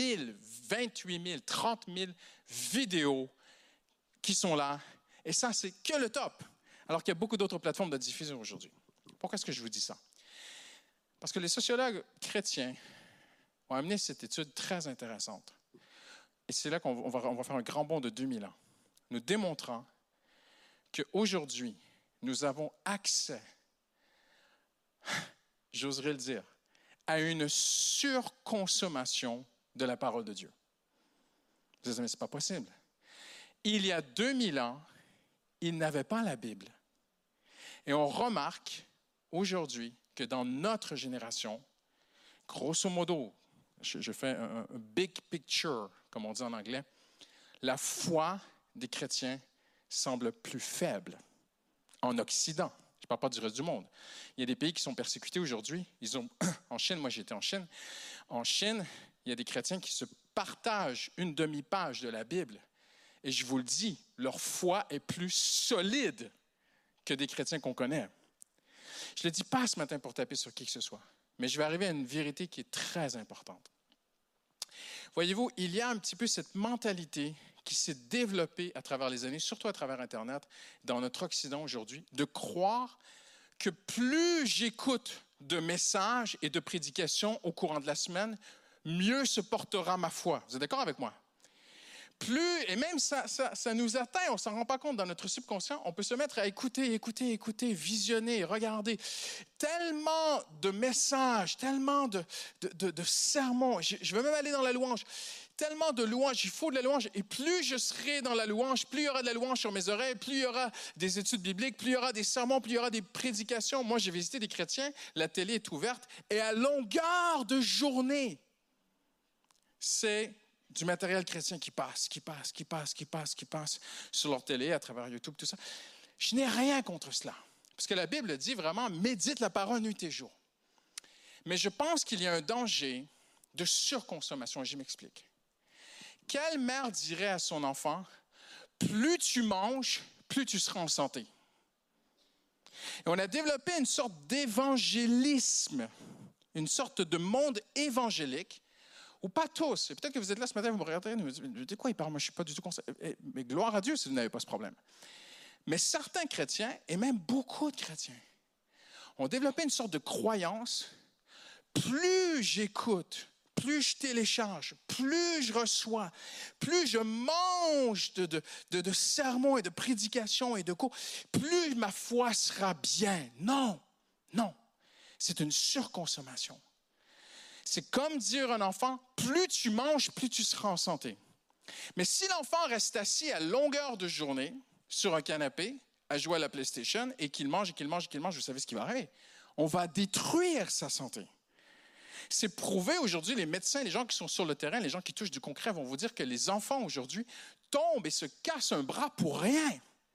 000, 30 000 vidéos qui sont là. Et ça, c'est que le top, alors qu'il y a beaucoup d'autres plateformes de diffusion aujourd'hui. Pourquoi est-ce que je vous dis ça? Parce que les sociologues chrétiens ont amené cette étude très intéressante. Et c'est là qu'on va faire un grand bond de 2000 ans, nous démontrant qu'aujourd'hui, nous avons accès, j'oserais le dire, à une surconsommation de la parole de Dieu. Vous dites, mais ce n'est pas possible. Il y a 2000 ans, ils n'avaient pas la Bible. Et on remarque aujourd'hui que dans notre génération, grosso modo, je fais un big picture, comme on dit en anglais, la foi des chrétiens semble plus faible en Occident. Je ne parle pas du reste du monde. Il y a des pays qui sont persécutés aujourd'hui. En Chine, moi j'étais en Chine. En Chine, il y a des chrétiens qui se partagent une demi-page de la Bible. Et je vous le dis, leur foi est plus solide que des chrétiens qu'on connaît. Je ne le dis pas ce matin pour taper sur qui que ce soit, mais je vais arriver à une vérité qui est très importante. Voyez-vous, il y a un petit peu cette mentalité qui s'est développée à travers les années, surtout à travers Internet, dans notre Occident aujourd'hui, de croire que plus j'écoute de messages et de prédications au courant de la semaine, mieux se portera ma foi. Vous êtes d'accord avec moi? Plus, et même ça nous atteint, on ne s'en rend pas compte dans notre subconscient, on peut se mettre à écouter, visionner, regarder. Tellement de messages, tellement de sermons, je veux même aller dans la louange, tellement de louanges, il faut de la louange, et plus je serai dans la louange, plus il y aura de la louange sur mes oreilles, plus il y aura des études bibliques, plus il y aura des sermons, plus il y aura des prédications. Moi, j'ai visité des chrétiens, la télé est ouverte, et à longueur de journée, c'est du matériel chrétien qui passe sur leur télé, à travers YouTube, tout ça. Je n'ai rien contre cela. Parce que la Bible dit vraiment, médite la parole nuit et jour. Mais je pense qu'il y a un danger de surconsommation, et je m'explique. Quelle mère dirait à son enfant, plus tu manges, plus tu seras en santé? Et on a développé une sorte d'évangélisme, une sorte de monde évangélique, ou pas tous. Et peut-être que vous êtes là ce matin, vous me regardez, vous me dites, de quoi il parle? Moi, je ne suis pas du tout concerné. Mais gloire à Dieu si vous n'avez pas ce problème. Mais certains chrétiens, et même beaucoup de chrétiens, ont développé une sorte de croyance. Plus j'écoute, plus je télécharge, plus je reçois, plus je mange de sermons et de prédications et de cours, plus ma foi sera bien. Non, c'est une surconsommation. C'est comme dire à un enfant, plus tu manges, plus tu seras en santé. Mais si l'enfant reste assis à longueur de journée sur un canapé à jouer à la PlayStation et qu'il mange, vous savez ce qui va arriver. On va détruire sa santé. C'est prouvé aujourd'hui, les médecins, les gens qui sont sur le terrain, les gens qui touchent du concret vont vous dire que les enfants aujourd'hui tombent et se cassent un bras pour rien.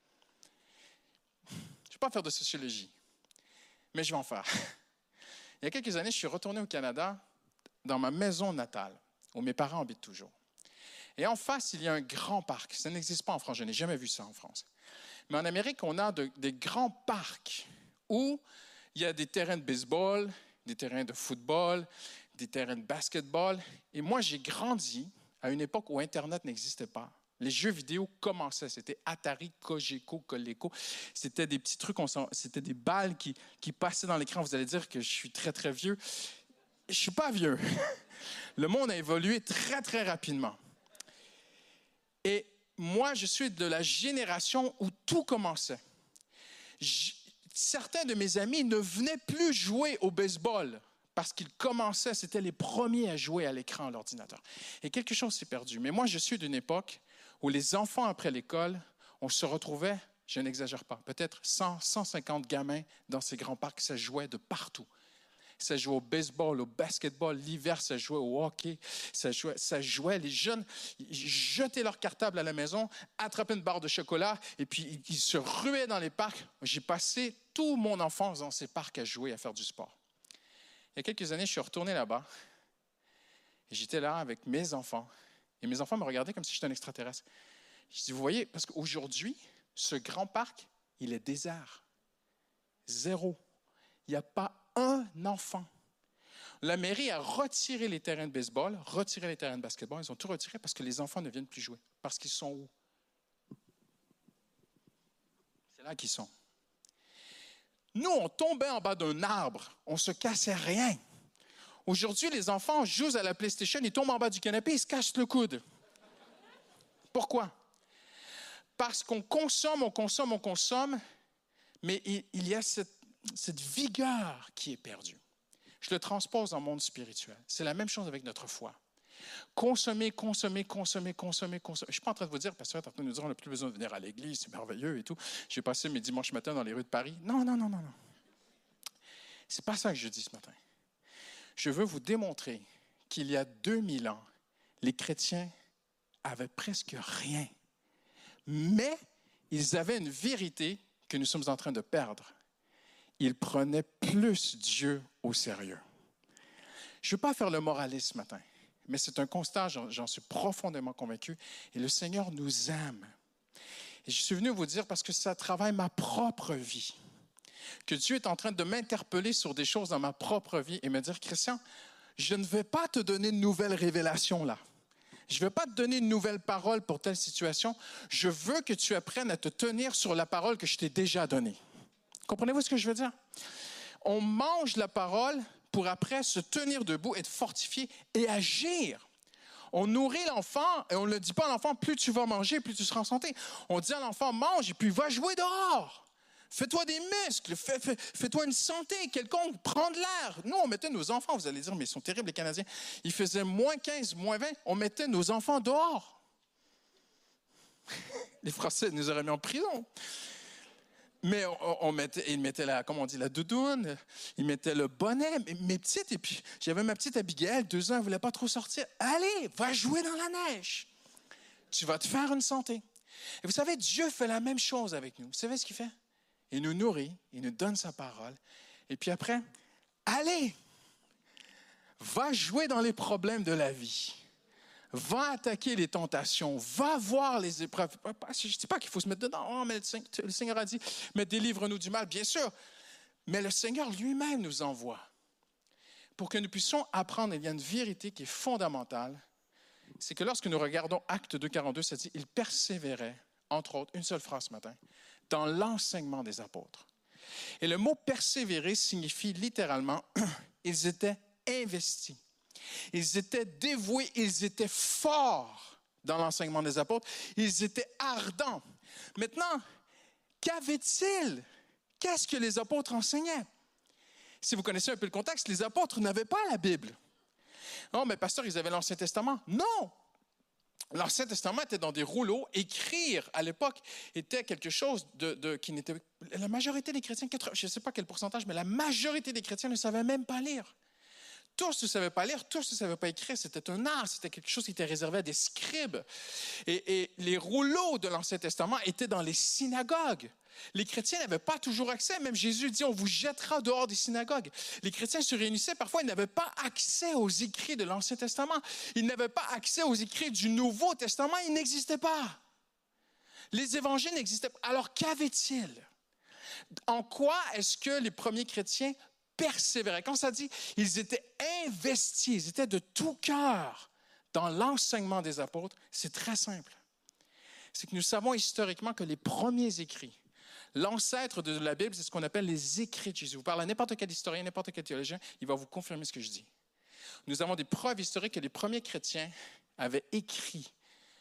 Je ne vais pas faire de sociologie, mais je vais en faire. Il y a quelques années, je suis retourné au Canada, dans ma maison natale, où mes parents habitent toujours. Et en face, il y a un grand parc. Ça n'existe pas en France, je n'ai jamais vu ça en France. Mais en Amérique, on a des grands parcs où il y a des terrains de baseball, des terrains de football, des terrains de basketball. Et moi, j'ai grandi à une époque où Internet n'existait pas. Les jeux vidéo commençaient. C'était Atari, Cogeco, Coleco. C'était des petits trucs, c'était des balles qui passaient dans l'écran. Vous allez dire que je suis très, très vieux. Je ne suis pas vieux. Le monde a évolué très, très rapidement. Et moi, je suis de la génération où tout commençait. Certains de mes amis ne venaient plus jouer au baseball parce qu'ils commençaient, c'était les premiers à jouer à l'écran à l'ordinateur. Et quelque chose s'est perdu. Mais moi, je suis d'une époque où les enfants, après l'école, on se retrouvait, je n'exagère pas, peut-être 100, 150 gamins dans ces grands parcs, ça jouait de partout. Ça jouait au baseball, au basketball, l'hiver, ça jouait au hockey, ça jouait. Les jeunes jetaient leur cartable à la maison, attrapaient une barre de chocolat et puis ils se ruaient dans les parcs. J'ai passé toute mon enfance dans ces parcs à jouer, à faire du sport. Il y a quelques années, je suis retourné là-bas et j'étais là avec mes enfants. Et mes enfants me regardaient comme si j'étais un extraterrestre. Je dis, vous voyez, parce qu'aujourd'hui, ce grand parc, il est désert. Zéro. Il n'y a pas un enfant. La mairie a retiré les terrains de baseball, retiré les terrains de basketball. Ils ont tout retiré parce que les enfants ne viennent plus jouer. Parce qu'ils sont où? C'est là qu'ils sont. Nous, on tombait en bas d'un arbre. On ne se cassait rien. Aujourd'hui, les enfants jouent à la PlayStation, ils tombent en bas du canapé, ils se cassent le coude. Pourquoi? Parce qu'on consomme, mais il y a cette vigueur qui est perdue. Je le transpose dans le monde spirituel. C'est la même chose avec notre foi. Consommer. Je ne suis pas en train de vous dire, pasteur, tantôt nous dirons, on n'a plus besoin de venir à l'église, c'est merveilleux et tout. J'ai passé mes dimanches matins dans les rues de Paris. Non. C'est pas ça que je dis ce matin. Je veux vous démontrer qu'il y a 2000 ans, les chrétiens avaient presque rien. Mais ils avaient une vérité que nous sommes en train de perdre. Ils prenaient plus Dieu au sérieux. Je ne veux pas faire le moraliste ce matin, mais c'est un constat, j'en suis profondément convaincu, et le Seigneur nous aime. Et je suis venu vous dire parce que ça travaille ma propre vie, que Dieu est en train de m'interpeller sur des choses dans ma propre vie et me dire, Christian, je ne vais pas te donner une nouvelle révélation là. Je ne vais pas te donner une nouvelle parole pour telle situation. Je veux que tu apprennes à te tenir sur la parole que je t'ai déjà donnée. Comprenez-vous ce que je veux dire? On mange la parole pour après se tenir debout, être fortifié et agir. On nourrit l'enfant et on ne le dit pas à l'enfant, plus tu vas manger, plus tu seras en santé. On dit à l'enfant, mange et puis va jouer dehors. Fais-toi des muscles, fais-toi une santé quelconque, prends de l'air. Nous, on mettait nos enfants, vous allez dire, mais ils sont terribles les Canadiens. Il faisait moins 15, moins 20, on mettait nos enfants dehors. Les Français nous auraient mis en prison. Mais ils mettaient la doudoune, ils mettaient le bonnet, mes petites, et puis j'avais ma petite Abigail, 2 ans, elle ne voulait pas trop sortir. Allez, va jouer dans la neige. Tu vas te faire une santé. Et vous savez, Dieu fait la même chose avec nous. Vous savez ce qu'il fait? Il nous nourrit, il nous donne sa parole. Et puis après, allez, va jouer dans les problèmes de la vie. Va attaquer les tentations, va voir les épreuves. Je ne dis pas qu'il faut se mettre dedans. Oh, mais le Seigneur a dit, mais délivre-nous du mal, bien sûr. Mais le Seigneur lui-même nous envoie pour que nous puissions apprendre. Il y a une vérité qui est fondamentale. C'est que lorsque nous regardons Actes 2,42, ça dit, il persévérait, entre autres, une seule phrase ce matin, dans l'enseignement des apôtres. Et le mot persévérer signifie littéralement, ils étaient investis. Ils étaient dévoués, ils étaient forts dans l'enseignement des apôtres, ils étaient ardents. Maintenant, qu'avait-il? Qu'est-ce que les apôtres enseignaient? Si vous connaissez un peu le contexte, les apôtres n'avaient pas la Bible. Non, mais pasteur, ils avaient l'Ancien Testament. Non! l'Ancien Testament était dans des rouleaux. Écrire, à l'époque, était quelque chose qui n'était... La majorité des chrétiens, je ne sais pas quel pourcentage, mais la majorité des chrétiens ne savaient même pas lire. Tous ne savaient pas lire, tous ne savaient pas écrire. C'était un art, c'était quelque chose qui était réservé à des scribes. Et les rouleaux de l'Ancien Testament étaient dans les synagogues. Les chrétiens n'avaient pas toujours accès. Même Jésus dit, on vous jettera dehors des synagogues. Les chrétiens se réunissaient. Parfois, ils n'avaient pas accès aux écrits de l'Ancien Testament. Ils n'avaient pas accès aux écrits du Nouveau Testament. Ils n'existaient pas. Les évangiles n'existaient pas. Alors, qu'avait-il? En quoi est-ce que les premiers chrétiens persévéraient? Quand ça dit, ils étaient investis, ils étaient de tout cœur dans l'enseignement des apôtres. C'est très simple. C'est que nous savons historiquement que les premiers écrits, l'ancêtre de la Bible, c'est ce qu'on appelle les écrits de Jésus. Vous parlez à n'importe quel historien, n'importe quel théologien, il va vous confirmer ce que je dis. Nous avons des preuves historiques que les premiers chrétiens avaient écrit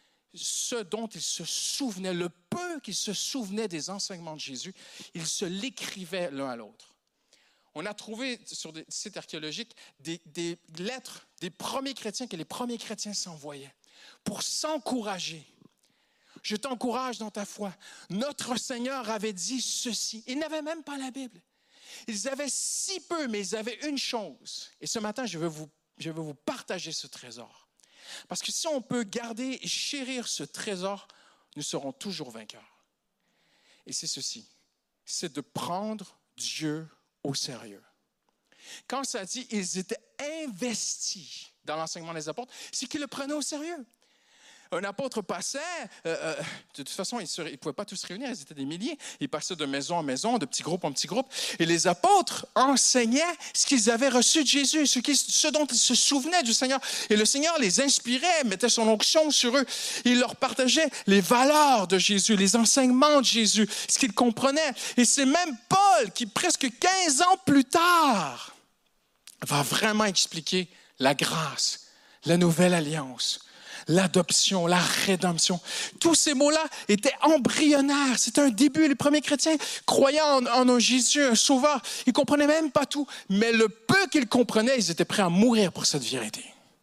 ce dont ils se souvenaient, le peu qu'ils se souvenaient des enseignements de Jésus, ils se l'écrivaient l'un à l'autre. On a trouvé sur des sites archéologiques des lettres des premiers chrétiens que les premiers chrétiens s'envoyaient pour s'encourager. Je t'encourage dans ta foi. Notre Seigneur avait dit ceci. Ils n'avaient même pas la Bible. Ils avaient si peu, mais ils avaient une chose. Et ce matin, je veux vous partager ce trésor. Parce que si on peut garder et chérir ce trésor, nous serons toujours vainqueurs. Et c'est ceci, c'est de prendre Dieu au sérieux. Quand ça dit ils étaient investis dans l'enseignement des apôtres, c'est qu'ils le prenaient au sérieux. Un apôtre passait, de toute façon, ils ne pouvaient pas tous se réunir, ils étaient des milliers. Ils passaient de maison en maison, de petit groupe en petit groupe. Et les apôtres enseignaient ce qu'ils avaient reçu de Jésus, ce dont ils se souvenaient du Seigneur. Et le Seigneur les inspirait, mettait son onction sur eux. Il leur partageait les valeurs de Jésus, les enseignements de Jésus, ce qu'ils comprenaient. Et c'est même Paul qui, presque 15 ans plus tard, va vraiment expliquer la grâce, la nouvelle alliance, l'adoption, la rédemption. Tous ces mots-là étaient embryonnaires. C'était un début. Les premiers chrétiens croyaient en un Jésus, un sauveur. Ils ne comprenaient même pas tout. Mais le peu qu'ils comprenaient, ils étaient prêts à mourir pour cette vérité.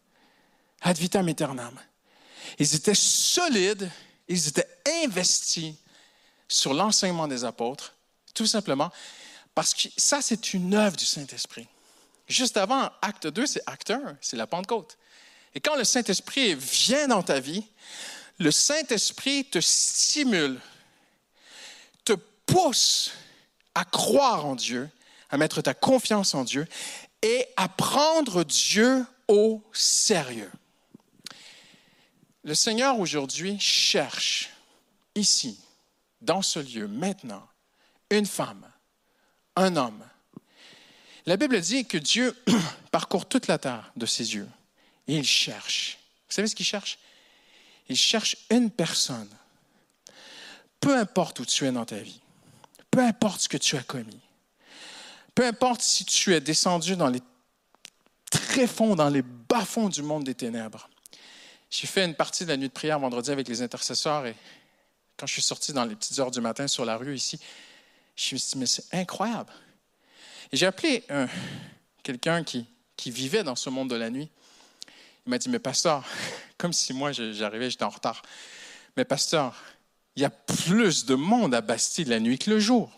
Ad vitam aeternam. Ils étaient solides, ils étaient investis sur l'enseignement des apôtres, tout simplement parce que ça, c'est une œuvre du Saint-Esprit. Juste avant, acte 2, c'est acte 1, c'est la Pentecôte. Et quand le Saint-Esprit vient dans ta vie, le Saint-Esprit te stimule, te pousse à croire en Dieu, à mettre ta confiance en Dieu et à prendre Dieu au sérieux. Le Seigneur aujourd'hui cherche ici, dans ce lieu, maintenant, une femme, un homme. La Bible dit que Dieu parcourt toute la terre de ses yeux. Et il cherche. Vous savez ce qu'il cherche? Il cherche une personne. Peu importe où tu es dans ta vie, peu importe ce que tu as commis, peu importe si tu es descendu dans les tréfonds, dans les bas-fonds du monde des ténèbres. J'ai fait une partie de la nuit de prière vendredi avec les intercesseurs et quand je suis sorti dans les petites heures du matin sur la rue ici, je me suis dit, mais c'est incroyable. Et j'ai appelé quelqu'un qui vivait dans ce monde de la nuit. Il m'a dit, mais pasteur, comme si moi j'arrivais, j'étais en retard. Mais pasteur, il y a plus de monde à Bastille la nuit que le jour.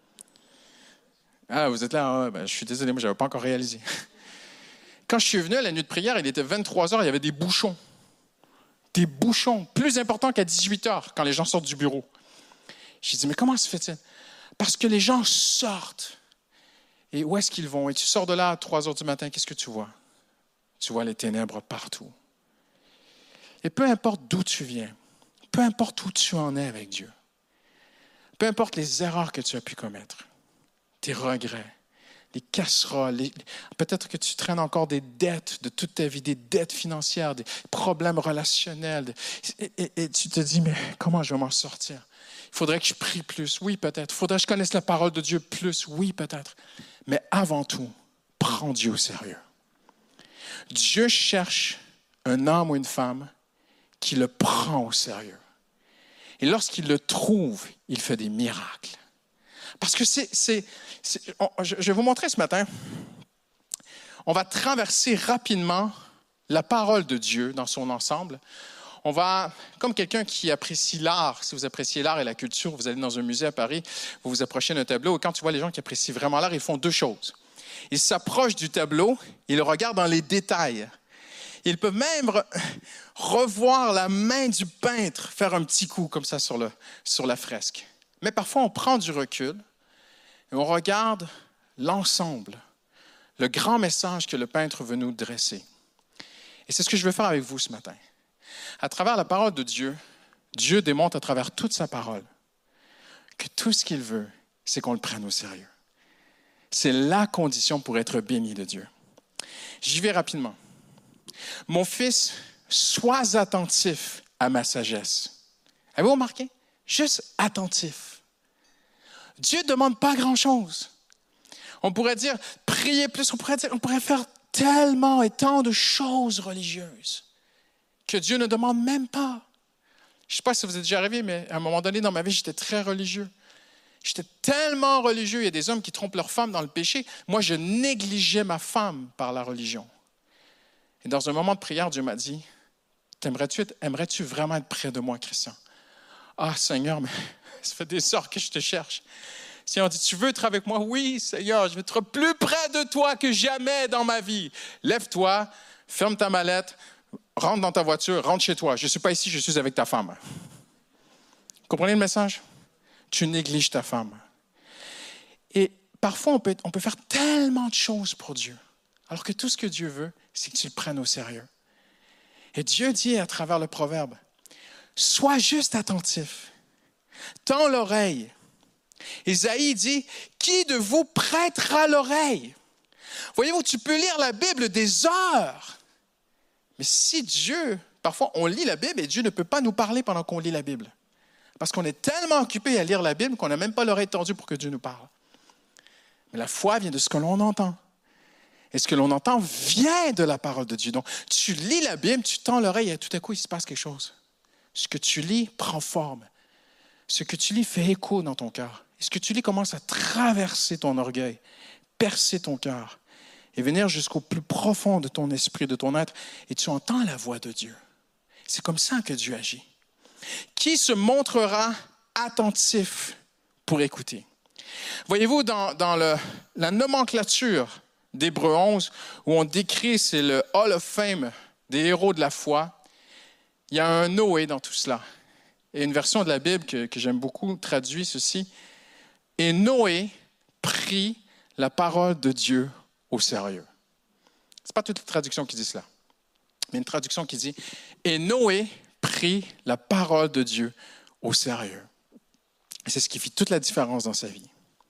Ah, vous êtes là? Je suis désolé, moi je n'avais pas encore réalisé. Quand je suis venu à la nuit de prière, il était 23h, il y avait des bouchons. Des bouchons, plus importants qu'à 18h, quand les gens sortent du bureau. J'ai dit, mais comment se fait-il? Parce que les gens sortent. Et où est-ce qu'ils vont? Et tu sors de là à 3h du matin, qu'est-ce que tu vois? Tu vois les ténèbres partout. Et peu importe d'où tu viens, peu importe où tu en es avec Dieu, peu importe les erreurs que tu as pu commettre, tes regrets, les casseroles, peut-être que tu traînes encore des dettes de toute ta vie, des dettes financières, des problèmes relationnels, et tu te dis, mais comment je vais m'en sortir? Il faudrait que je prie plus, oui peut-être. Il faudrait que je connaisse la parole de Dieu plus, oui peut-être. Mais avant tout, prends Dieu au sérieux. Dieu cherche un homme ou une femme qui le prend au sérieux. Et lorsqu'il le trouve, il fait des miracles. Parce que je vais vous montrer ce matin, on va traverser rapidement la parole de Dieu dans son ensemble. On va, comme quelqu'un qui apprécie l'art, si vous appréciez l'art et la culture, vous allez dans un musée à Paris, vous vous approchez d'un tableau, et quand tu vois les gens qui apprécient vraiment l'art, ils font deux choses. Ils s'approchent du tableau, ils le regardent dans les détails. Ils peuvent même revoir la main du peintre faire un petit coup comme ça sur la fresque. Mais parfois, on prend du recul et on regarde l'ensemble, le grand message que le peintre veut nous dresser. Et c'est ce que je veux faire avec vous ce matin. À travers la parole de Dieu, Dieu démontre à travers toute sa parole que tout ce qu'il veut, c'est qu'on le prenne au sérieux. C'est la condition pour être béni de Dieu. J'y vais rapidement. Mon fils, sois attentif à ma sagesse. Avez-vous remarqué? Juste attentif. Dieu ne demande pas grand-chose. On pourrait dire, prier plus, on pourrait faire tellement et tant de choses religieuses que Dieu ne demande même pas. Je ne sais pas si vous êtes déjà arrivé, mais à un moment donné dans ma vie, j'étais très religieux. J'étais tellement religieux. Il y a des hommes qui trompent leur femme dans le péché. Moi, je négligeais ma femme par la religion. Et dans un moment de prière, Dieu m'a dit, aimerais-tu vraiment être près de moi, Christian? Ah, Seigneur, mais ça fait des heures que je te cherche. Seigneur dit, tu veux être avec moi? Oui, Seigneur, je veux être plus près de toi que jamais dans ma vie. Lève-toi, ferme ta mallette, rentre dans ta voiture, rentre chez toi. Je ne suis pas ici, je suis avec ta femme. Comprenez le message? Tu négliges ta femme. Et parfois, on peut faire tellement de choses pour Dieu, alors que tout ce que Dieu veut, c'est que tu le prennes au sérieux. Et Dieu dit à travers le proverbe, sois juste attentif, tends l'oreille. Isaïe dit, qui de vous prêtera l'oreille? Voyez-vous, tu peux lire la Bible des heures, mais si Dieu, parfois on lit la Bible et Dieu ne peut pas nous parler pendant qu'on lit la Bible, parce qu'on est tellement occupé à lire la Bible qu'on n'a même pas l'oreille tendue pour que Dieu nous parle. Mais la foi vient de ce que l'on entend. Et ce que l'on entend vient de la parole de Dieu. Donc, tu lis la Bible, tu tends l'oreille et tout à coup, il se passe quelque chose. Ce que tu lis prend forme. Ce que tu lis fait écho dans ton cœur. Et ce que tu lis commence à traverser ton orgueil, percer ton cœur et venir jusqu'au plus profond de ton esprit, de ton être. Et tu entends la voix de Dieu. C'est comme ça que Dieu agit. Qui se montrera attentif pour écouter? Voyez-vous, dans la nomenclature d'Hébreux 11, où on décrit, c'est le Hall of Fame des héros de la foi, il y a un Noé dans tout cela. Et une version de la Bible que j'aime beaucoup traduit ceci. Et Noé prit la parole de Dieu au sérieux. Ce n'est pas toute la traduction qui dit cela, mais une traduction qui dit « Et Noé prit la parole de Dieu au sérieux. » Et c'est ce qui fait toute la différence dans sa vie.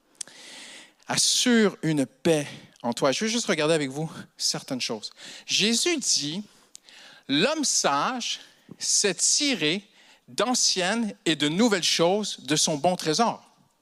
Assure une paix en toi. Je veux juste regarder avec vous certaines choses. Jésus dit, l'homme sage s'est tiré d'anciennes et de nouvelles choses de son bon trésor.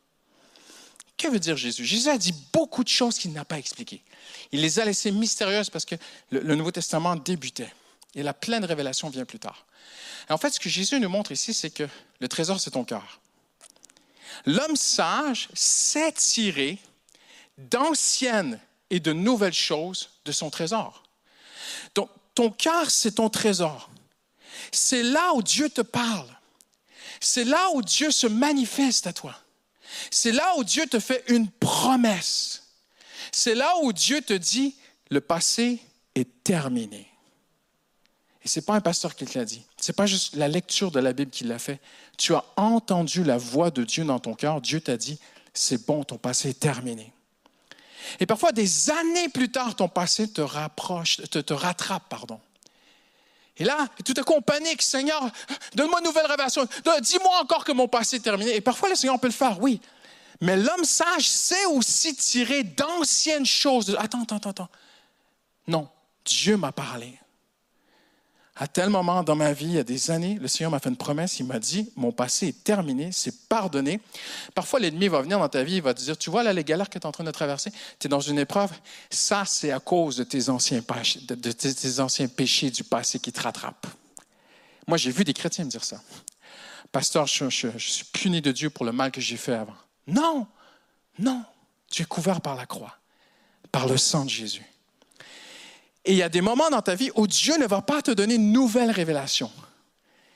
Que veut dire Jésus? Jésus a dit beaucoup de choses qu'il n'a pas expliquées. Il les a laissées mystérieuses parce que le Nouveau Testament débutait et la pleine révélation vient plus tard. Et en fait, ce que Jésus nous montre ici, c'est que le trésor, c'est ton cœur. L'homme sage s'est tiré d'anciennes et de nouvelles choses de son trésor. Donc, ton cœur, c'est ton trésor. C'est là où Dieu te parle. C'est là où Dieu se manifeste à toi. C'est là où Dieu te fait une promesse. C'est là où Dieu te dit, le passé est terminé. Et ce n'est pas un pasteur qui te l'a dit. Ce n'est pas juste la lecture de la Bible qui l'a fait. Tu as entendu la voix de Dieu dans ton cœur. Dieu t'a dit, c'est bon, ton passé est terminé. Et parfois, des années plus tard, ton passé te rattrape. Et là, tout à coup, on panique. Seigneur, donne-moi une nouvelle révélation. Dis-moi encore que mon passé est terminé. Et parfois, le Seigneur peut le faire, oui. Mais l'homme sage sait aussi tirer d'anciennes choses. Attends. Non, Dieu m'a parlé. À tel moment dans ma vie, il y a des années, le Seigneur m'a fait une promesse. Il m'a dit, mon passé est terminé, c'est pardonné. Parfois, l'ennemi va venir dans ta vie, il va te dire, tu vois là, les galères que tu es en train de traverser, tu es dans une épreuve. Ça, c'est à cause de tes anciens péchés du passé qui te rattrapent. Moi, j'ai vu des chrétiens me dire ça. Pasteur, je suis puni de Dieu pour le mal que j'ai fait avant. Non, tu es couvert par la croix, par le sang de Jésus. Et il y a des moments dans ta vie où Dieu ne va pas te donner une nouvelle révélation.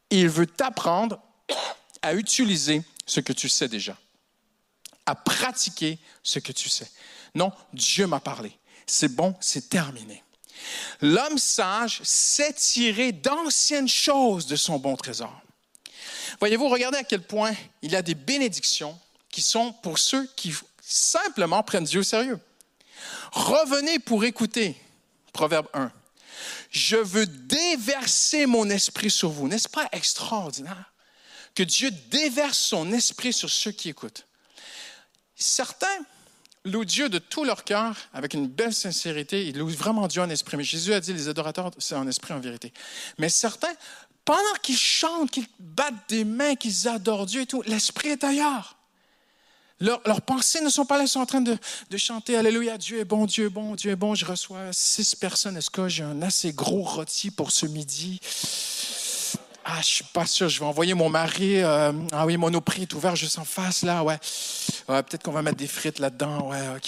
il veut t'apprendre à utiliser ce que tu sais déjà, à pratiquer ce que tu sais. Non, Dieu m'a parlé. C'est bon, c'est terminé. L'homme sage sait tirer d'anciennes choses de son bon trésor. Voyez-vous, regardez à quel point il y a des bénédictions qui sont pour ceux qui simplement prennent Dieu au sérieux. Revenez pour écouter. Proverbe 1. Je veux déverser mon esprit sur vous. N'est-ce pas extraordinaire que Dieu déverse son esprit sur ceux qui écoutent? Certains louent Dieu de tout leur cœur, avec une belle sincérité. Ils louent vraiment Dieu en esprit. Mais Jésus a dit, les adorateurs, c'est en esprit, en vérité. Mais certains, pendant qu'ils chantent, qu'ils battent des mains, qu'ils adorent Dieu et tout, l'esprit est ailleurs. Leurs pensées ne sont pas là, ils sont en train de chanter « Alléluia, Dieu est bon, Dieu est bon, Dieu est bon, je reçois 6 personnes. Est-ce que j'ai un assez gros rôti pour ce midi? Ah, je ne suis pas sûr, je vais envoyer mon mari. Ah oui, Monoprix est ouvert juste en face, là, ouais. Peut-être qu'on va mettre des frites là-dedans, ouais, OK. »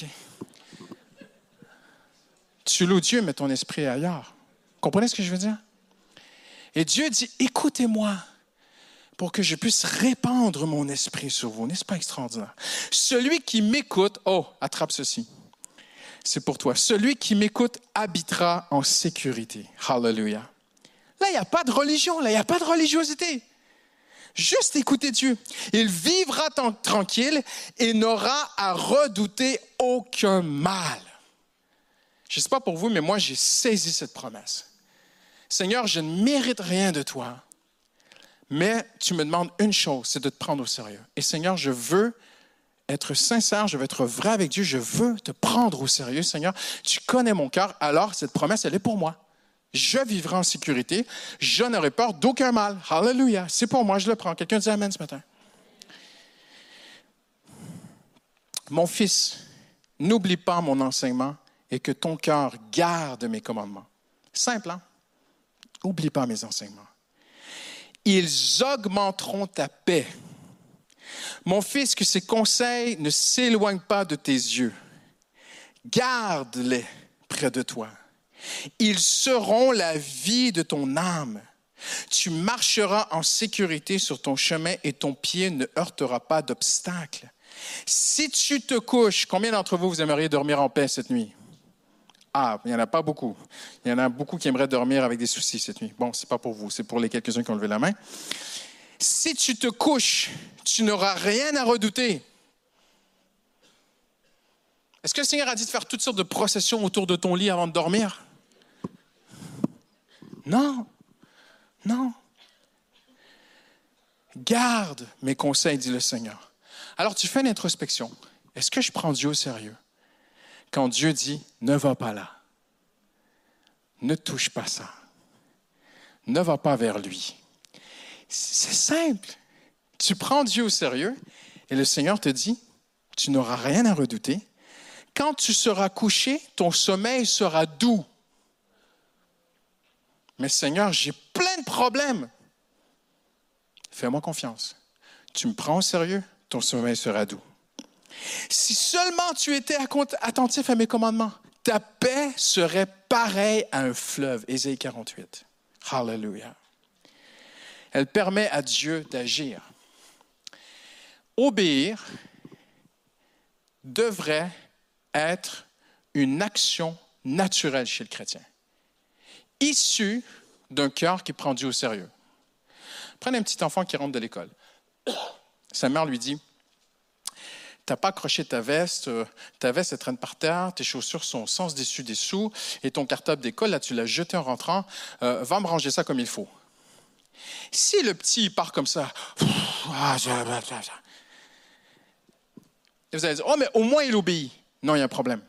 Tu loues Dieu, mais ton esprit est ailleurs. Comprenez ce que je veux dire? Et Dieu dit « Écoutez-moi. » pour que je puisse répandre mon esprit sur vous. N'est-ce pas extraordinaire? Celui qui m'écoute, attrape ceci. C'est pour toi. Celui qui m'écoute habitera en sécurité. Hallelujah. Là, il n'y a pas de religion, là, il n'y a pas de religiosité. Juste écouter Dieu. Il vivra tranquille et n'aura à redouter aucun mal. Je ne sais pas pour vous, mais moi, j'ai saisi cette promesse. Seigneur, je ne mérite rien de toi. Mais tu me demandes une chose, c'est de te prendre au sérieux. Et Seigneur, je veux être sincère, je veux être vrai avec Dieu, je veux te prendre au sérieux. Seigneur, tu connais mon cœur, alors cette promesse, elle est pour moi. Je vivrai en sécurité, je n'aurai peur d'aucun mal. Alléluia, c'est pour moi, je le prends. Quelqu'un dit Amen ce matin. Mon fils, n'oublie pas mon enseignement et que ton cœur garde mes commandements. Simple, hein? N'oublie pas mes enseignements. Ils augmenteront ta paix. Mon fils, que ces conseils ne s'éloignent pas de tes yeux. Garde-les près de toi. Ils seront la vie de ton âme. Tu marcheras en sécurité sur ton chemin et ton pied ne heurtera pas d'obstacle. Si tu te couches, combien d'entre vous aimeriez dormir en paix cette nuit? Ah, il n'y en a pas beaucoup. Il y en a beaucoup qui aimeraient dormir avec des soucis cette nuit. Bon, ce n'est pas pour vous, c'est pour les quelques-uns qui ont levé la main. Si tu te couches, tu n'auras rien à redouter. Est-ce que le Seigneur a dit de faire toutes sortes de processions autour de ton lit avant de dormir? Non, non. Garde mes conseils, dit le Seigneur. Alors tu fais une introspection. Est-ce que je prends Dieu au sérieux? Quand Dieu dit, ne va pas là, ne touche pas ça, ne va pas vers lui. C'est simple. Tu prends Dieu au sérieux et le Seigneur te dit, tu n'auras rien à redouter. Quand tu seras couché, ton sommeil sera doux. Mais Seigneur, j'ai plein de problèmes. Fais-moi confiance. Tu me prends au sérieux, ton sommeil sera doux. Si seulement tu étais attentif à mes commandements, ta paix serait pareille à un fleuve. Ésaïe 48. Hallelujah. Elle permet à Dieu d'agir. Obéir devrait être une action naturelle chez le chrétien, issue d'un cœur qui prend Dieu au sérieux. Prenez un petit enfant qui rentre de l'école. Sa mère lui dit, tu n'as pas accroché ta veste elle traîne par terre, tes chaussures sont sans dessus-dessous, et ton cartable d'école, là, tu l'as jeté en rentrant, va me ranger ça comme il faut. Si le petit part comme ça, et vous allez dire, mais au moins il obéit. Non, il y a un problème.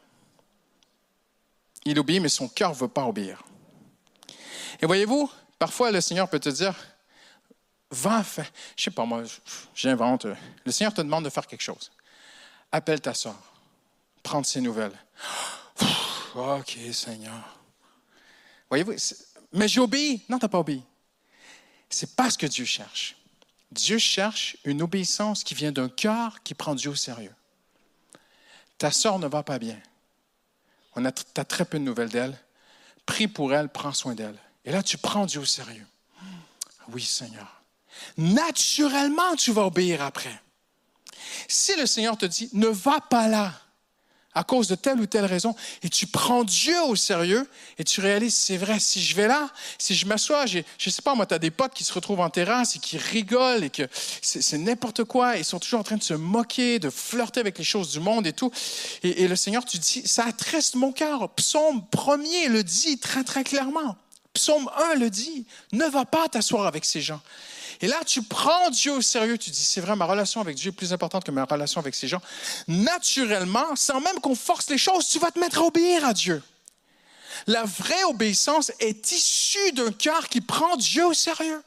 Il obéit, mais son cœur ne veut pas obéir. Et voyez-vous, parfois le Seigneur peut te dire, va faire, je ne sais pas moi, j'invente, le Seigneur te demande de faire quelque chose. Appelle ta soeur, prends ses nouvelles. OK, Seigneur. Voyez-vous, mais j'ai obéi. Non, tu n'as pas obéi. C'est pas ce que Dieu cherche. Dieu cherche une obéissance qui vient d'un cœur qui prend Dieu au sérieux. Ta soeur ne va pas bien. Tu as très peu de nouvelles d'elle. Prie pour elle, prends soin d'elle. Et là, tu prends Dieu au sérieux. Oui, Seigneur. naturellement, tu vas obéir après. Si le Seigneur te dit, ne va pas là, à cause de telle ou telle raison, et tu prends Dieu au sérieux, et tu réalises, c'est vrai, si je vais là, si je m'assois, je sais pas, moi, tu as des potes qui se retrouvent en terrasse et qui rigolent, et que c'est n'importe quoi, ils sont toujours en train de se moquer, de flirter avec les choses du monde et tout. Et le Seigneur, tu dis, ça attriste mon cœur. Psaume 1er le dit très, très clairement. Psaume 1 le dit, ne va pas t'asseoir avec ces gens. Et là, tu prends Dieu au sérieux, tu dis, c'est vrai, ma relation avec Dieu est plus importante que ma relation avec ces gens. Naturellement, sans même qu'on force les choses, tu vas te mettre à obéir à Dieu. La vraie obéissance est issue d'un cœur qui prend Dieu au sérieux.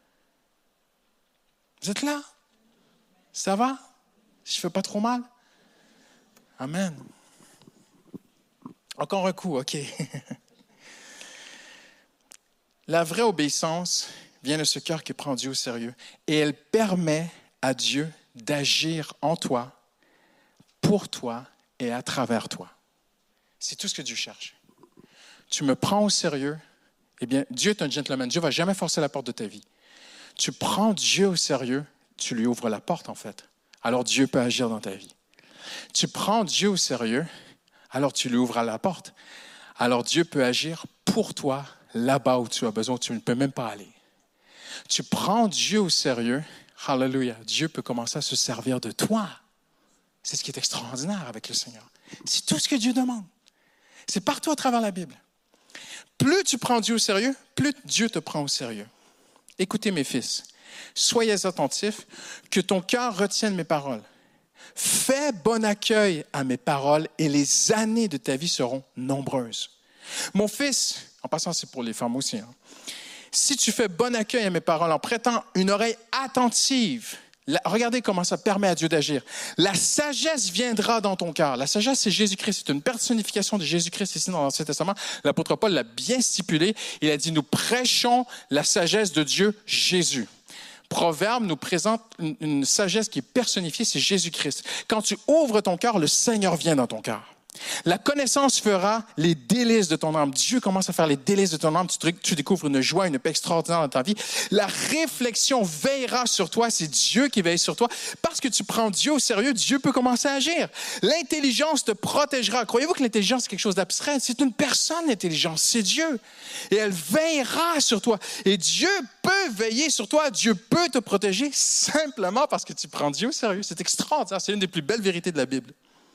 Vous êtes là? Ça va? Je ne fais pas trop mal? Amen. Encore un coup, OK. La vraie obéissance vient de ce cœur qui prend Dieu au sérieux. Et elle permet à Dieu d'agir en toi, pour toi et à travers toi. C'est tout ce que Dieu cherche. Tu me prends au sérieux, eh bien, Dieu est un gentleman. Dieu ne va jamais forcer la porte de ta vie. Tu prends Dieu au sérieux, tu lui ouvres la porte, en fait. Alors Dieu peut agir dans ta vie. Tu prends Dieu au sérieux, alors tu lui ouvres la porte. Alors Dieu peut agir pour toi, là-bas où tu as besoin, tu ne peux même pas aller. Tu prends Dieu au sérieux, hallelujah, Dieu peut commencer à se servir de toi. C'est ce qui est extraordinaire avec le Seigneur. C'est tout ce que Dieu demande. C'est partout à travers la Bible. Plus tu prends Dieu au sérieux, plus Dieu te prend au sérieux. Écoutez mes fils, soyez attentifs, que ton cœur retienne mes paroles. Fais bon accueil à mes paroles et les années de ta vie seront nombreuses. Mon fils, en passant c'est pour les femmes aussi, si tu fais bon accueil à mes paroles en prêtant une oreille attentive, regardez comment ça permet à Dieu d'agir. La sagesse viendra dans ton cœur. La sagesse, c'est Jésus-Christ. C'est une personnification de Jésus-Christ ici dans l'Ancien Testament. L'apôtre Paul l'a bien stipulé. Il a dit, nous prêchons la sagesse de Dieu, Jésus. Proverbe nous présente une sagesse qui est personnifiée, c'est Jésus-Christ. Quand tu ouvres ton cœur, le Seigneur vient dans ton cœur. La connaissance fera les délices de ton âme. Dieu commence à faire les délices de ton âme. Tu découvres une joie, une paix extraordinaire dans ta vie. La réflexion veillera sur toi. C'est Dieu qui veille sur toi. Parce que tu prends Dieu au sérieux, Dieu peut commencer à agir. L'intelligence te protégera. Croyez-vous que l'intelligence, c'est quelque chose d'abstrait? C'est une personne, l'intelligence. C'est Dieu. Et elle veillera sur toi. Et Dieu peut veiller sur toi. Dieu peut te protéger simplement parce que tu prends Dieu au sérieux. C'est extraordinaire. C'est une des plus belles vérités de la Bible.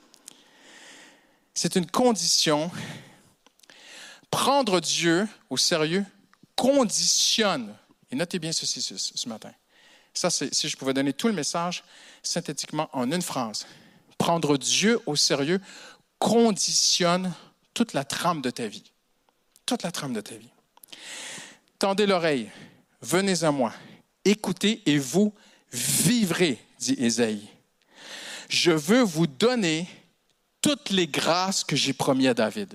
C'est une condition. Prendre Dieu au sérieux conditionne. Et notez bien ceci ce matin. Ça, si je pouvais donner tout le message synthétiquement en une phrase. Prendre Dieu au sérieux conditionne toute la trame de ta vie. Toute la trame de ta vie. Tendez l'oreille, venez à moi, écoutez et vous vivrez, dit Ésaïe. Je veux vous donner toutes les grâces que j'ai promis à David.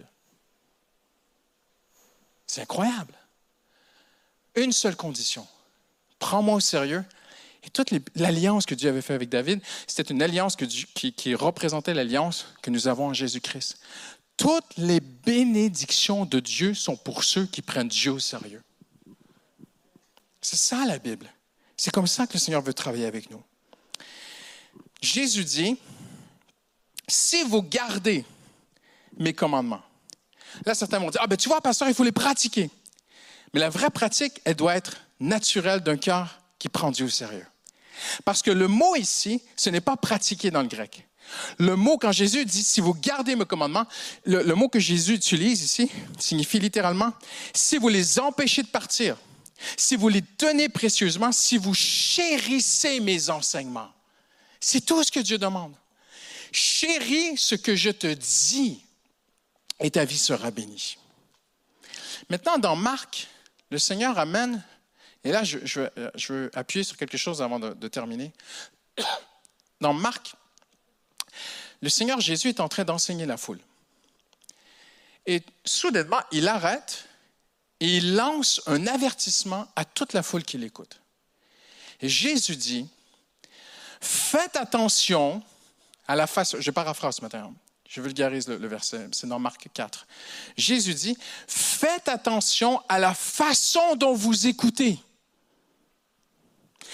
C'est incroyable. Une seule condition. Prends-moi au sérieux. Et toute l'alliance que Dieu avait faite avec David, c'était une alliance qui représentait l'alliance que nous avons en Jésus-Christ. Toutes les bénédictions de Dieu sont pour ceux qui prennent Dieu au sérieux. C'est ça la Bible. C'est comme ça que le Seigneur veut travailler avec nous. Jésus dit, si vous gardez mes commandements. Là, certains vont dire, tu vois, pasteur, il faut les pratiquer. Mais la vraie pratique, elle doit être naturelle d'un cœur qui prend Dieu au sérieux. Parce que le mot ici, ce n'est pas pratiquer dans le grec. Le mot, quand Jésus dit, si vous gardez mes commandements, le mot que Jésus utilise ici signifie littéralement, si vous les empêchez de partir, si vous les tenez précieusement, si vous chérissez mes enseignements. C'est tout ce que Dieu demande. Chéris ce que je te dis et ta vie sera bénie. Maintenant, dans Marc, le Seigneur amène, et là, je veux appuyer sur quelque chose avant de terminer. Dans Marc, le Seigneur Jésus est en train d'enseigner la foule. Et soudainement, il arrête et il lance un avertissement à toute la foule qui l'écoute. Et Jésus dit, faites attention à la façon, je paraphrase ce matin, je vulgarise le verset, c'est dans Marc 4. Jésus dit, faites attention à la façon dont vous écoutez.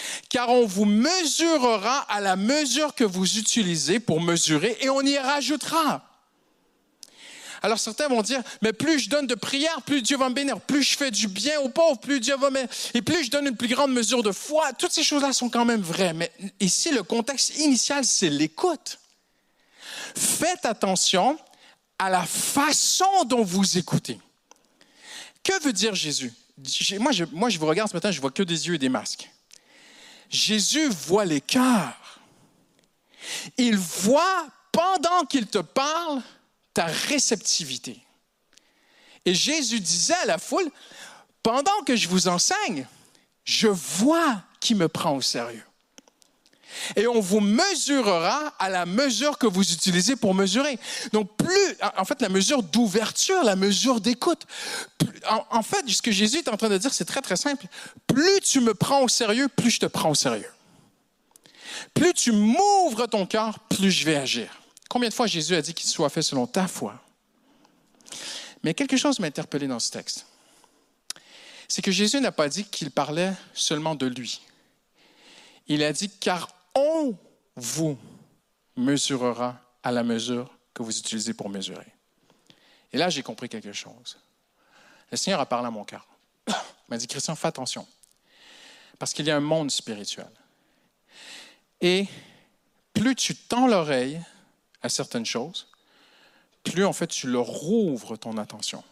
car on vous mesurera à la mesure que vous utilisez pour mesurer et on y rajoutera. Alors certains vont dire, mais plus je donne de prière, plus Dieu va me bénir. Plus je fais du bien aux pauvres, plus Dieu va me... Et plus je donne une plus grande mesure de foi. Toutes ces choses-là sont quand même vraies. Mais ici, le contexte initial, c'est l'écoute. Faites attention à la façon dont vous écoutez. Que veut dire Jésus? Moi, je vous regarde ce matin, je vois que des yeux et des masques. Jésus voit les cœurs. Il voit, pendant qu'il te parle, ta réceptivité. Et Jésus disait à la foule, pendant que je vous enseigne, je vois qui me prend au sérieux. Et on vous mesurera à la mesure que vous utilisez pour mesurer. Donc en fait, la mesure d'ouverture, la mesure d'écoute. En fait, ce que Jésus est en train de dire, c'est très, très simple. Plus tu me prends au sérieux, plus je te prends au sérieux. Plus tu m'ouvres ton cœur, plus je vais agir. Combien de fois Jésus a dit qu'il soit fait selon ta foi? Mais quelque chose m'a interpellé dans ce texte. C'est que Jésus n'a pas dit qu'il parlait seulement de lui. Il a dit, car on vous mesurera à la mesure que vous utilisez pour mesurer. Et là, j'ai compris quelque chose. Le Seigneur a parlé à mon cœur. Il m'a dit, Christian, fais attention. Parce qu'il y a un monde spirituel. Et plus tu tends l'oreille à certaines choses, plus en fait tu leur rouvres ton attention.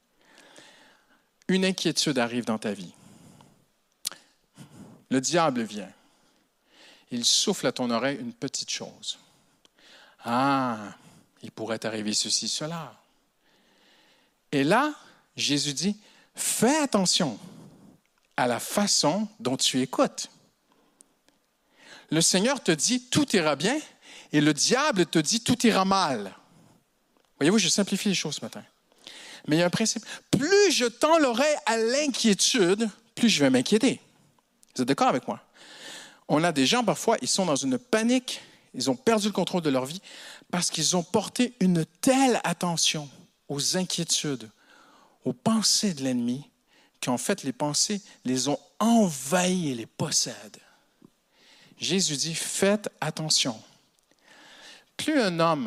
Une inquiétude arrive dans ta vie. Le diable vient. Il souffle à ton oreille une petite chose. Ah, il pourrait t'arriver ceci, cela. Et là, Jésus dit, fais attention à la façon dont tu écoutes. Le Seigneur te dit, tout ira bien, et le diable te dit, tout ira mal. Voyez-vous, je simplifie les choses ce matin. Mais il y a un principe. Plus je tends l'oreille à l'inquiétude, plus je vais m'inquiéter. Vous êtes d'accord avec moi? On a des gens, parfois, ils sont dans une panique, ils ont perdu le contrôle de leur vie parce qu'ils ont porté une telle attention aux inquiétudes, aux pensées de l'ennemi, qu'en fait, les pensées les ont envahis et les possèdent. Jésus dit, faites attention. Plus un homme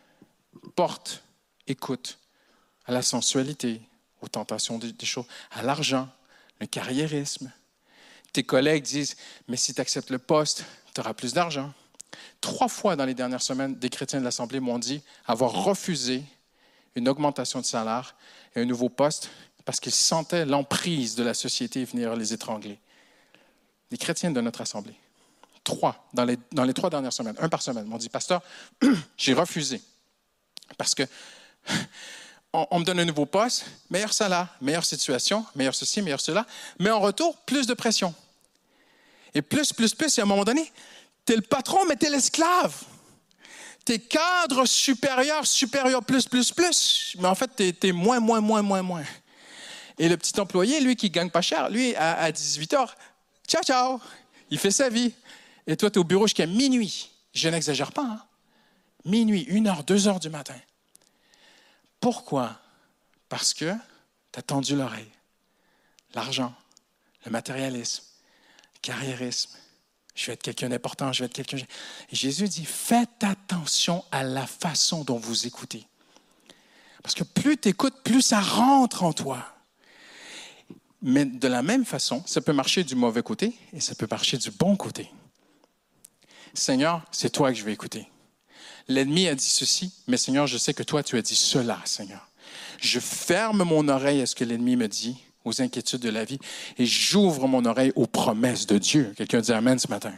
écoute à la sensualité, aux tentations des choses, à l'argent, le carriérisme. Tes collègues disent, mais si tu acceptes le poste, tu auras plus d'argent. 3 fois dans les dernières semaines, des chrétiens de l'Assemblée m'ont dit avoir refusé une augmentation de salaire et un nouveau poste parce qu'ils sentaient l'emprise de la société venir les étrangler. Des chrétiens de notre Assemblée. 3 dans les 3 dernières semaines, 1 par semaine, m'ont dit, pasteur, j'ai refusé parce que on me donne un nouveau poste, meilleur salaire, meilleure situation, meilleur ceci, meilleur cela, mais en retour, plus de pression. Et plus, et à un moment donné, tu es le patron, mais tu es l'esclave. Tu es cadre supérieur, plus, mais en fait, tu es moins. Et le petit employé, lui, qui ne gagne pas cher, lui, à 18h, ciao, il fait sa vie. Et toi, tu es au bureau jusqu'à minuit. Je n'exagère pas, hein? Minuit, 1h, 2h du matin. Pourquoi? Parce que tu as tendu l'oreille. L'argent, le matérialisme, le carriérisme. Je vais être quelqu'un d'important, je vais être quelqu'un... Et Jésus dit, faites attention à la façon dont vous écoutez. Parce que plus tu écoutes, plus ça rentre en toi. Mais de la même façon, ça peut marcher du mauvais côté et ça peut marcher du bon côté. Seigneur, c'est toi que je vais écouter. L'ennemi a dit ceci, mais Seigneur, je sais que toi, tu as dit cela, Seigneur. Je ferme mon oreille à ce que l'ennemi me dit, aux inquiétudes de la vie, et j'ouvre mon oreille aux promesses de Dieu. Quelqu'un dit Amen ce matin.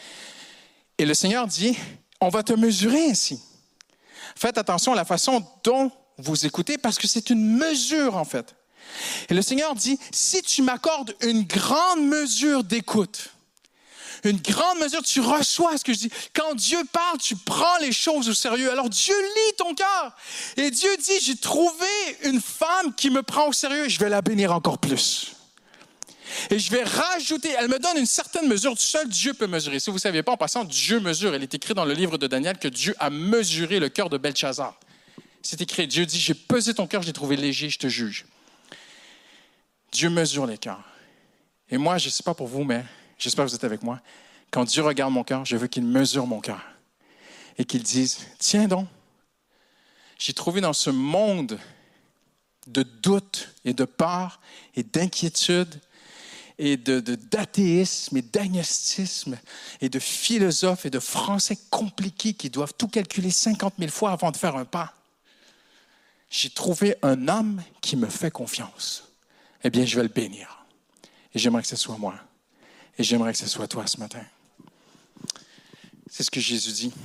Et le Seigneur dit, on va te mesurer ainsi. Faites attention à la façon dont vous écoutez, parce que c'est une mesure, en fait. Et le Seigneur dit, si tu m'accordes une grande mesure d'écoute, une grande mesure, tu reçois ce que je dis. Quand Dieu parle, tu prends les choses au sérieux. Alors Dieu lit ton cœur. Et Dieu dit, j'ai trouvé une femme qui me prend au sérieux. Je vais la bénir encore plus. Et je vais rajouter, elle me donne une certaine mesure. Seul Dieu peut mesurer. Si vous ne saviez pas, en passant, Dieu mesure. Il est écrit dans le livre de Daniel que Dieu a mesuré le cœur de Belchazzar. C'est écrit, Dieu dit, j'ai pesé ton cœur, je l'ai trouvé léger, je te juge. Dieu mesure les cœurs. Et moi, je ne sais pas pour vous, mais j'espère que vous êtes avec moi, quand Dieu regarde mon cœur, je veux qu'il mesure mon cœur et qu'il dise, tiens donc, j'ai trouvé dans ce monde de doute et de peur et d'inquiétude et d'athéisme et d'agnosticisme et de philosophes et de français compliqués qui doivent tout calculer 50 000 fois avant de faire un pas. J'ai trouvé un homme qui me fait confiance. Eh bien, je vais le bénir. Et j'aimerais que ce soit moi. Et j'aimerais que ce soit toi ce matin. C'est ce que Jésus dit.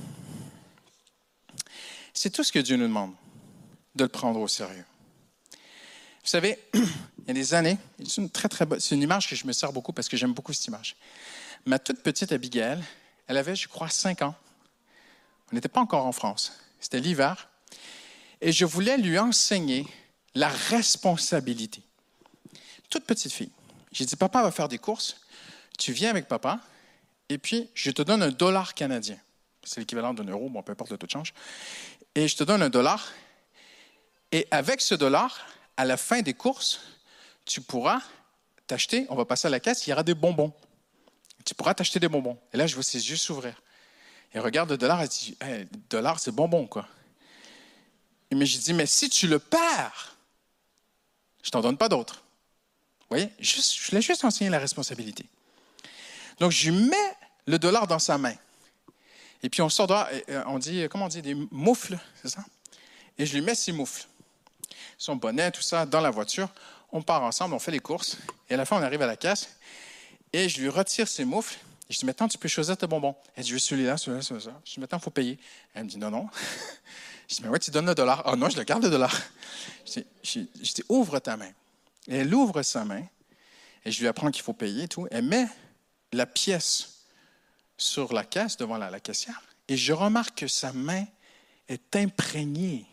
C'est tout ce que Dieu nous demande, de le prendre au sérieux. Vous savez, il y a des années, c'est une image que je me sers beaucoup parce que j'aime beaucoup cette image. Ma toute petite Abigail, elle avait, je crois, 5 ans. On n'était pas encore en France. C'était l'hiver. Et je voulais lui enseigner la responsabilité. Toute petite fille. J'ai dit, papa va faire des courses. Tu viens avec papa et puis je te donne $1 canadien. C'est l'équivalent d'€1, bon, peu importe le taux de change. Et je te donne $1. Et avec ce dollar, à la fin des courses, tu pourras t'acheter, on va passer à la caisse, il y aura des bonbons. Tu pourras t'acheter des bonbons. Et là, je vois ses yeux s'ouvrir. Et regarde le dollar, elle dit, hey, le dollar, c'est bonbon, quoi. Mais je dis, mais si tu le perds, je ne t'en donne pas d'autre. Vous voyez, je voulais juste enseigner la responsabilité. Donc, je lui mets le dollar dans sa main. Et puis, on sort dehors, on dit, comment on dit, des moufles, c'est ça? Et je lui mets ses moufles. Son bonnet, tout ça, dans la voiture. On part ensemble, on fait les courses. Et à la fin, on arrive à la caisse. Et je lui retire ses moufles. Et je dis, maintenant, tu peux choisir tes bonbons. Elle dit, je veux celui-là, celui-là, celui-là. Je dis, maintenant, il faut payer. Elle me dit, non, non. Je dis, mais ouais, tu donnes le $. Ah non, je le garde le $. Je dis, ouvre ta main. Et elle ouvre sa main. Et je lui apprends qu'il faut payer et tout. Elle met la pièce sur la caisse, devant la caissière. Et je remarque que sa main est imprégnée,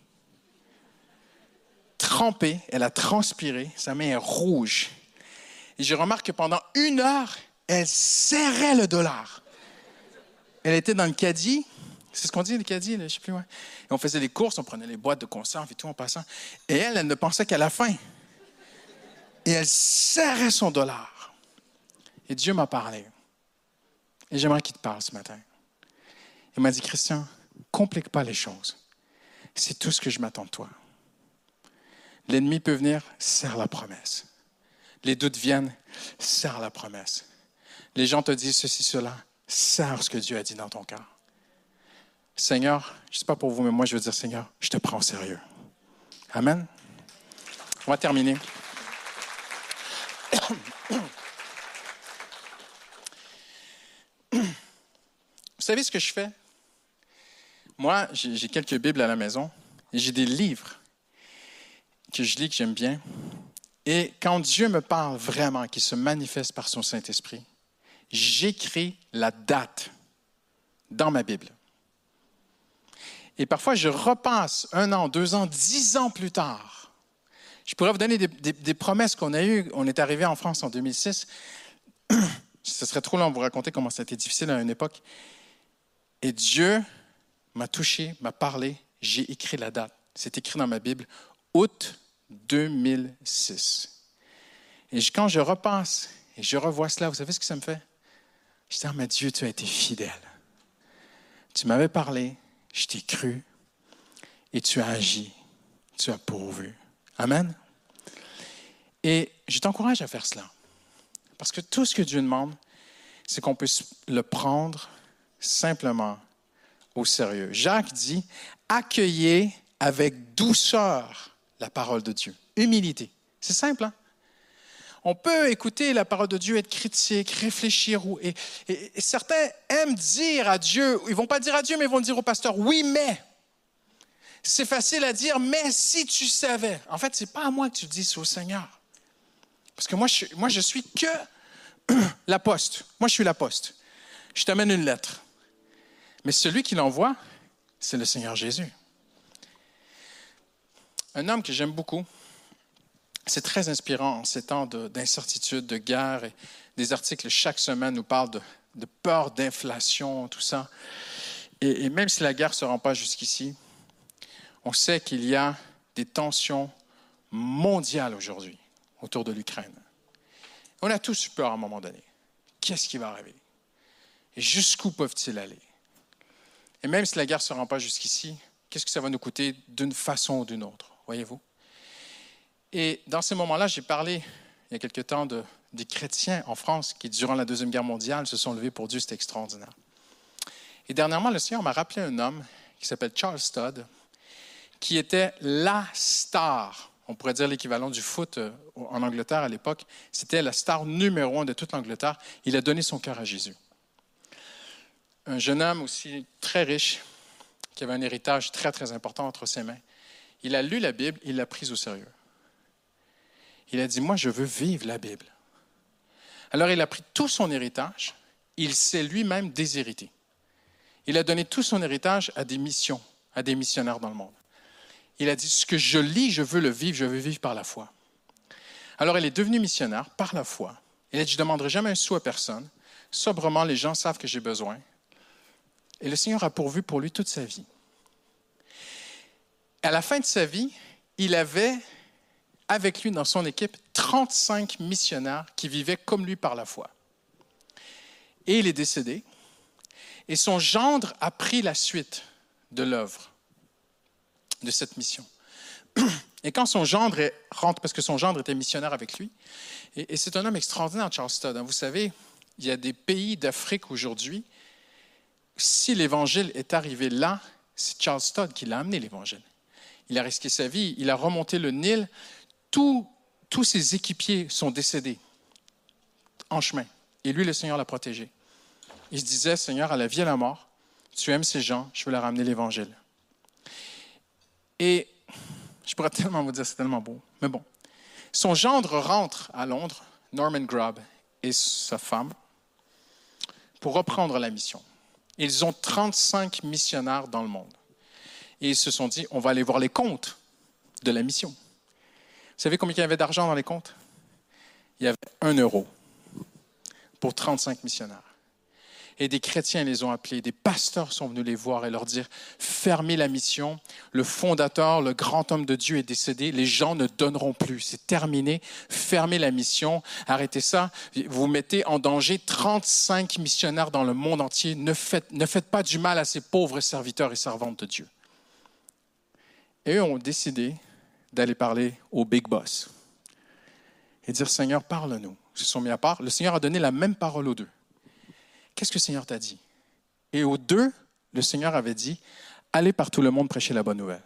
trempée. Elle a transpiré. Sa main est rouge. Et je remarque que pendant 1 heure, elle serrait le $. Elle était dans le caddie. C'est ce qu'on dit, le caddie, là, je ne sais plus. Ouais. Et on faisait les courses, on prenait les boîtes de conserve et tout en passant. Et elle ne pensait qu'à la fin. Et elle serrait son $. Et Dieu m'a parlé. Et j'aimerais qu'il te parle ce matin. Il m'a dit, Christian, complique pas les choses. C'est tout ce que je m'attends de toi. L'ennemi peut venir, serre la promesse. Les doutes viennent, serre la promesse. Les gens te disent ceci, cela, serre ce que Dieu a dit dans ton cœur. Seigneur, je ne sais pas pour vous, mais moi je veux dire, Seigneur, je te prends au sérieux. Amen. On va terminer. Vous savez ce que je fais? Moi, j'ai quelques Bibles à la maison et j'ai des livres que je lis, que j'aime bien. Et quand Dieu me parle vraiment, qu'il se manifeste par son Saint-Esprit, j'écris la date dans ma Bible. Et parfois, je repasse 1 an, 2 ans, 10 ans plus tard. Je pourrais vous donner des promesses qu'on a eues. On est arrivé en France en 2006. Ce serait trop long de vous raconter comment ça a été difficile à une époque. Et Dieu m'a touché, m'a parlé. J'ai écrit la date. C'est écrit dans ma Bible, août 2006. Et quand je repasse et je revois cela, vous savez ce que ça me fait? Je dis, mais Dieu, tu as été fidèle. Tu m'avais parlé, je t'ai cru et tu as agi, tu as pourvu. Amen. Et je t'encourage à faire cela. Parce que tout ce que Dieu demande, c'est qu'on puisse le prendre simplement au sérieux. Jacques dit, accueillez avec douceur la parole de Dieu. Humilité. C'est simple, hein? On peut écouter la parole de Dieu, être critique, réfléchir. Et certains aiment dire à Dieu, ils ne vont pas dire à Dieu, mais ils vont dire au pasteur, oui, mais. C'est facile à dire, mais si tu savais. En fait, ce n'est pas à moi que tu le dis, c'est au Seigneur. Parce que moi, je suis que la poste. Moi, je suis la poste. Je t'amène une lettre. Mais celui qui l'envoie, c'est le Seigneur Jésus. Un homme que j'aime beaucoup, c'est très inspirant en ces temps d'incertitude, de guerre. Et des articles chaque semaine nous parlent de peur, d'inflation, tout ça. Et même si la guerre ne se rend pas jusqu'ici, on sait qu'il y a des tensions mondiales aujourd'hui autour de l'Ukraine. On a tous eu peur à un moment donné. qu'est-ce qui va arriver? Et jusqu'où peuvent-ils aller? Et même si la guerre ne se rend pas jusqu'ici, qu'est-ce que ça va nous coûter d'une façon ou d'une autre, voyez-vous? Et dans ces moments-là, j'ai parlé il y a quelque temps des chrétiens en France qui, durant la Deuxième Guerre mondiale, se sont levés pour Dieu. C'était extraordinaire. Et dernièrement, le Seigneur m'a rappelé un homme qui s'appelle Charles Studd, qui était la star, on pourrait dire l'équivalent du foot en Angleterre à l'époque. C'était la star numéro 1 de toute l'Angleterre. Il a donné son cœur à Jésus. Un jeune homme aussi très riche, qui avait un héritage très, très important entre ses mains. Il a lu la Bible, il l'a prise au sérieux. Il a dit, moi, je veux vivre la Bible. Alors, il a pris tout son héritage, il s'est lui-même déshérité. Il a donné tout son héritage à des missions, à des missionnaires dans le monde. Il a dit, ce que je lis, je veux le vivre, je veux vivre par la foi. Alors, il est devenu missionnaire par la foi. Il a dit, je ne demanderai jamais un sou à personne. Sobrement, les gens savent que j'ai besoin. Et le Seigneur a pourvu pour lui toute sa vie. À la fin de sa vie, il avait avec lui dans son équipe 35 missionnaires qui vivaient comme lui par la foi. Et il est décédé. Et son gendre a pris la suite de l'œuvre de cette mission. Et quand son gendre rentre, parce que son gendre était missionnaire avec lui, et c'est un homme extraordinaire, Charles Studd. Vous savez, il y a des pays d'Afrique aujourd'hui, si l'Évangile est arrivé là, c'est Charles Studd qui l'a amené, l'Évangile. Il a risqué sa vie, il a remonté le Nil. Tous ses équipiers sont décédés en chemin. Et lui, le Seigneur l'a protégé. Il se disait, Seigneur, à la vie et à la mort, tu aimes ces gens, je veux leur amener l'Évangile. Et je pourrais tellement vous dire, c'est tellement beau. Mais bon, son gendre rentre à Londres, Norman Grubb, et sa femme, pour reprendre la mission. Ils ont 35 missionnaires dans le monde. Et ils se sont dit, on va aller voir les comptes de la mission. Vous savez combien il y avait d'argent dans les comptes? Il y avait 1 euro pour 35 missionnaires. Et des chrétiens les ont appelés, des pasteurs sont venus les voir et leur dire, fermez la mission, le fondateur, le grand homme de Dieu est décédé, les gens ne donneront plus, c'est terminé, fermez la mission, arrêtez ça, vous mettez en danger 35 missionnaires dans le monde entier, ne faites pas du mal à ces pauvres serviteurs et servantes de Dieu. Et eux ont décidé d'aller parler au Big Boss et dire, Seigneur, parle-nous. Ils se sont mis à part. Le Seigneur a donné la même parole aux deux. Qu'est-ce que le Seigneur t'a dit? Et aux deux, le Seigneur avait dit, allez par tout le monde prêcher la bonne nouvelle.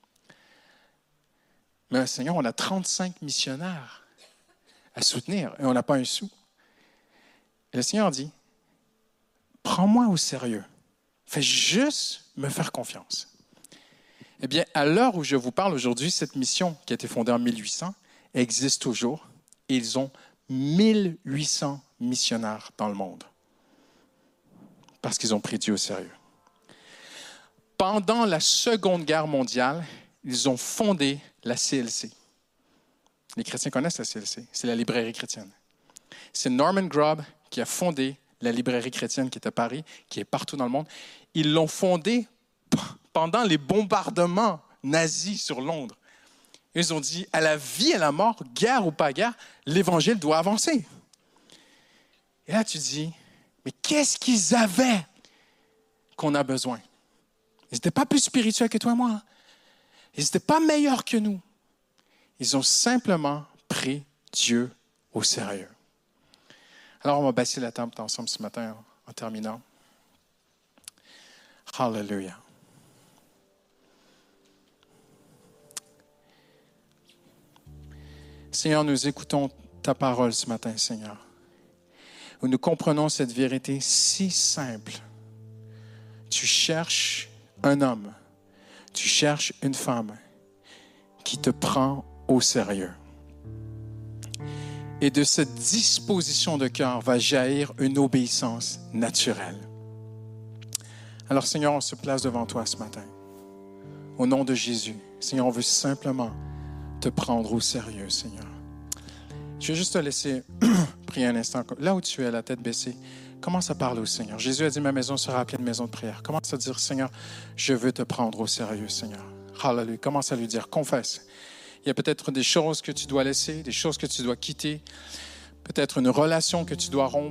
Mais Seigneur, on a 35 missionnaires à soutenir et on n'a pas un sou. Et le Seigneur dit, prends-moi au sérieux. Fais juste me faire confiance. Eh bien, à l'heure où je vous parle aujourd'hui, cette mission qui a été fondée en 1800 existe toujours et ils ont 1800 missionnaires dans le monde parce qu'ils ont pris Dieu au sérieux. Pendant la Seconde Guerre mondiale, ils ont fondé la CLC. Les chrétiens connaissent la CLC, c'est la librairie chrétienne. C'est Norman Grubb qui a fondé la librairie chrétienne qui est à Paris, qui est partout dans le monde. Ils l'ont fondée pendant les bombardements nazis sur Londres. Ils ont dit, à la vie et à la mort, guerre ou pas guerre, l'Évangile doit avancer. Et là, tu dis, mais qu'est-ce qu'ils avaient qu'on a besoin? Ils n'étaient pas plus spirituels que toi et moi. Ils n'étaient pas meilleurs que nous. Ils ont simplement pris Dieu au sérieux. Alors, on va baisser la table ensemble ce matin en terminant. Hallelujah. Seigneur, nous écoutons ta parole ce matin, Seigneur, où nous comprenons cette vérité si simple. Tu cherches un homme, tu cherches une femme qui te prend au sérieux. Et de cette disposition de cœur va jaillir une obéissance naturelle. Alors, Seigneur, on se place devant toi ce matin. Au nom de Jésus, Seigneur, on veut simplement te prendre au sérieux, Seigneur. Je vais juste te laisser prier un instant. Là où tu es, la tête baissée, commence à parler au Seigneur. Jésus a dit, ma maison sera appelée une maison de prière. Commence à dire, Seigneur, je veux te prendre au sérieux, Seigneur. Hallelujah. Commence à lui dire, confesse. Il y a peut-être des choses que tu dois laisser, des choses que tu dois quitter, peut-être une relation que tu dois rompre,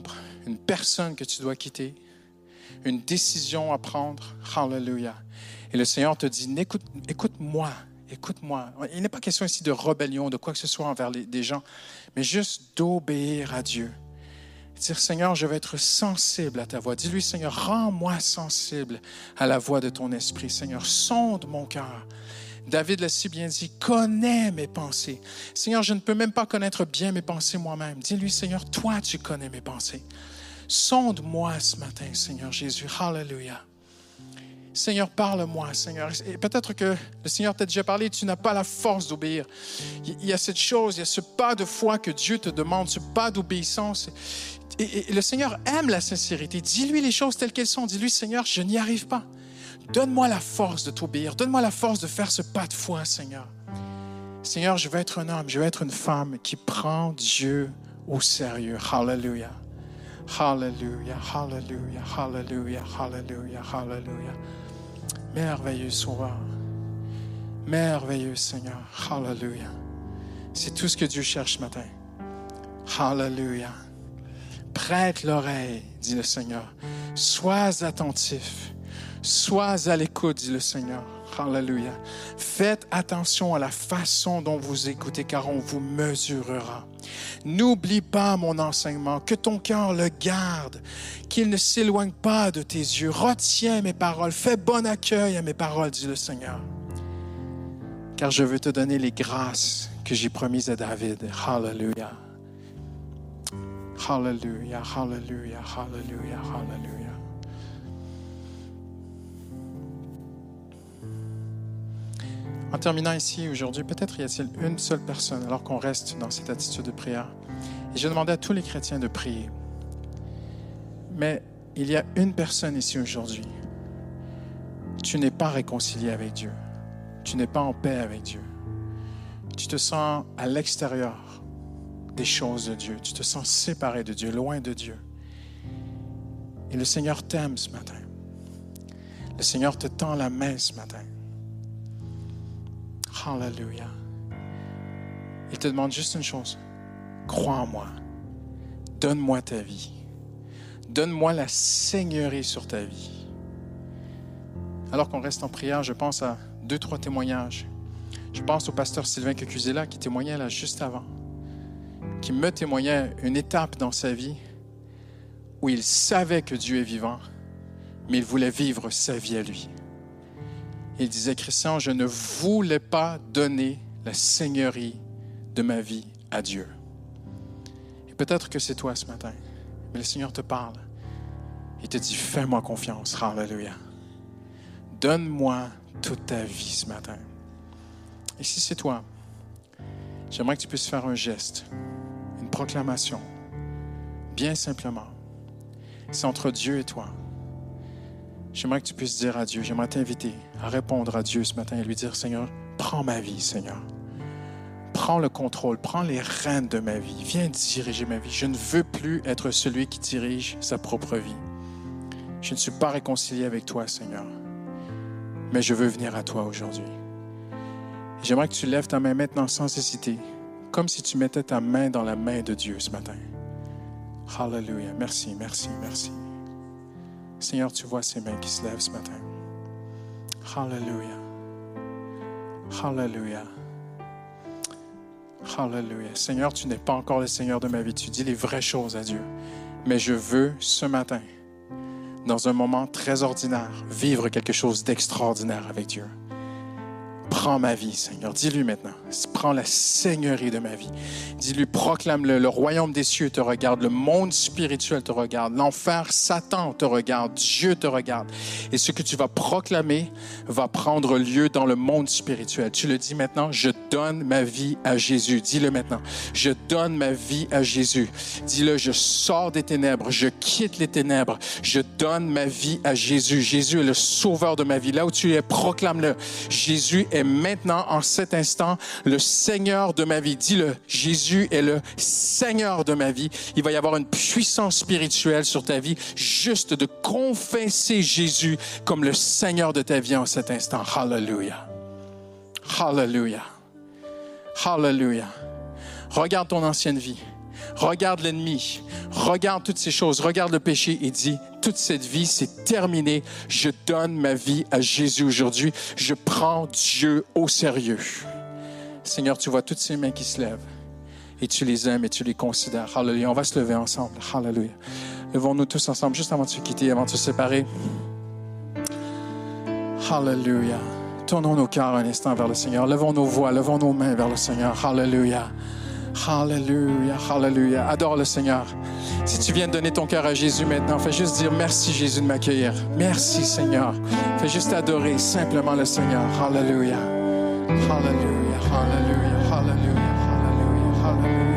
une personne que tu dois quitter, une décision à prendre. Hallelujah. Et le Seigneur te dit, écoute-moi. Écoute-moi. Il n'est pas question ici de rébellion, de quoi que ce soit envers des gens, mais juste d'obéir à Dieu. Dire, Seigneur, je vais être sensible à ta voix. Dis-lui, Seigneur, rends-moi sensible à la voix de ton esprit. Seigneur, sonde mon cœur. David l'a si bien dit, connais mes pensées. Seigneur, je ne peux même pas connaître bien mes pensées moi-même. Dis-lui, Seigneur, toi, tu connais mes pensées. Sonde-moi ce matin, Seigneur Jésus. Hallelujah. Seigneur, parle-moi, Seigneur. Et peut-être que le Seigneur t'a déjà parlé, tu n'as pas la force d'obéir. Il y a cette chose, il y a ce pas de foi que Dieu te demande, ce pas d'obéissance. Et le Seigneur aime la sincérité. Dis-lui les choses telles qu'elles sont. Dis-lui, Seigneur, je n'y arrive pas. Donne-moi la force de t'obéir. Donne-moi la force de faire ce pas de foi, Seigneur. Seigneur, je veux être un homme, je veux être une femme qui prend Dieu au sérieux. Hallelujah. Hallelujah, hallelujah, hallelujah, hallelujah, hallelujah. Merveilleux Sauveur. Merveilleux Seigneur. Hallelujah. C'est tout ce que Dieu cherche ce matin. Hallelujah. Prête l'oreille, dit le Seigneur. Sois attentif. Sois à l'écoute, dit le Seigneur. Hallelujah. Faites attention à la façon dont vous écoutez, car on vous mesurera. N'oublie pas mon enseignement, que ton cœur le garde, qu'il ne s'éloigne pas de tes yeux. Retiens mes paroles, fais bon accueil à mes paroles, dit le Seigneur. Car je veux te donner les grâces que j'ai promises à David. Hallelujah. Hallelujah, hallelujah, hallelujah, hallelujah. En terminant ici aujourd'hui, peut-être y a-t-il une seule personne, alors qu'on reste dans cette attitude de prière. Et je demandais à tous les chrétiens de prier. Mais il y a une personne ici aujourd'hui. Tu n'es pas réconcilié avec Dieu. Tu n'es pas en paix avec Dieu. Tu te sens à l'extérieur des choses de Dieu. Tu te sens séparé de Dieu, loin de Dieu. Et le Seigneur t'aime ce matin. Le Seigneur te tend la main ce matin. Hallelujah. Il te demande juste une chose. Crois en moi. Donne-moi ta vie. Donne-moi la seigneurie sur ta vie. Alors qu'on reste en prière, je pense à 2-3 témoignages. Je pense au pasteur Sylvain Cocuzela qui témoignait là juste avant, qui me témoignait une étape dans sa vie où il savait que Dieu est vivant, mais il voulait vivre sa vie à lui. Il disait, Christian, je ne voulais pas donner la seigneurie de ma vie à Dieu. Et peut-être que c'est toi ce matin, mais le Seigneur te parle. Il te dit, fais-moi confiance. Hallelujah. Donne-moi toute ta vie ce matin. Et si c'est toi, j'aimerais que tu puisses faire un geste, une proclamation, bien simplement. C'est entre Dieu et toi. J'aimerais que tu puisses dire à Dieu, j'aimerais t'inviter à répondre à Dieu ce matin et lui dire, Seigneur, prends ma vie, Seigneur. Prends le contrôle, prends les rênes de ma vie. Viens diriger ma vie. Je ne veux plus être celui qui dirige sa propre vie. Je ne suis pas réconcilié avec toi, Seigneur. Mais je veux venir à toi aujourd'hui. J'aimerais que tu lèves ta main maintenant sans hésiter, comme si tu mettais ta main dans la main de Dieu ce matin. Hallelujah. Merci, merci, merci. Seigneur, tu vois ces mains qui se lèvent ce matin. Hallelujah. Hallelujah. Hallelujah. Seigneur, tu n'es pas encore le Seigneur de ma vie. Tu dis les vraies choses à Dieu. Mais je veux ce matin, dans un moment très ordinaire, vivre quelque chose d'extraordinaire avec Dieu. Prends ma vie, Seigneur. Dis-lui maintenant. Prends la seigneurie de ma vie. Dis-lui, proclame-le. Le royaume des cieux te regarde. Le monde spirituel te regarde. L'enfer, Satan te regarde. Dieu te regarde. Et ce que tu vas proclamer va prendre lieu dans le monde spirituel. Tu le dis maintenant, je donne ma vie à Jésus. Dis-le maintenant. Je donne ma vie à Jésus. Dis-le, je sors des ténèbres. Je quitte les ténèbres. Je donne ma vie à Jésus. Jésus est le sauveur de ma vie. Là où tu es, proclame-le. Jésus est maintenant, en cet instant, le Seigneur de ma vie. Dis-le, Jésus est le Seigneur de ma vie. Il va y avoir une puissance spirituelle sur ta vie, juste de confesser Jésus comme le Seigneur de ta vie en cet instant. Hallelujah. Hallelujah. Hallelujah. Regarde ton ancienne vie. regarde l'ennemi, regarde toutes ces choses, regarde le péché et dis, toute cette vie, c'est terminé. Je donne ma vie à Jésus aujourd'hui. Je prends Dieu au sérieux. Seigneur, tu vois toutes ces mains qui se lèvent et tu les aimes et tu les considères. Alléluia. On va se lever ensemble. Alléluia. Levons-nous tous ensemble juste avant de se quitter, avant de se séparer. Alléluia. Tournons nos cœurs un instant vers le Seigneur. Levons nos voix, levons nos mains vers le Seigneur. Alléluia. Alléluia. Alléluia. Adore le Seigneur. Si tu viens de donner ton cœur à Jésus maintenant, fais juste dire merci Jésus de m'accueillir. Merci Seigneur. Fais juste adorer simplement le Seigneur. Alléluia. Alléluia. Alléluia. Alléluia. Alléluia. Alléluia.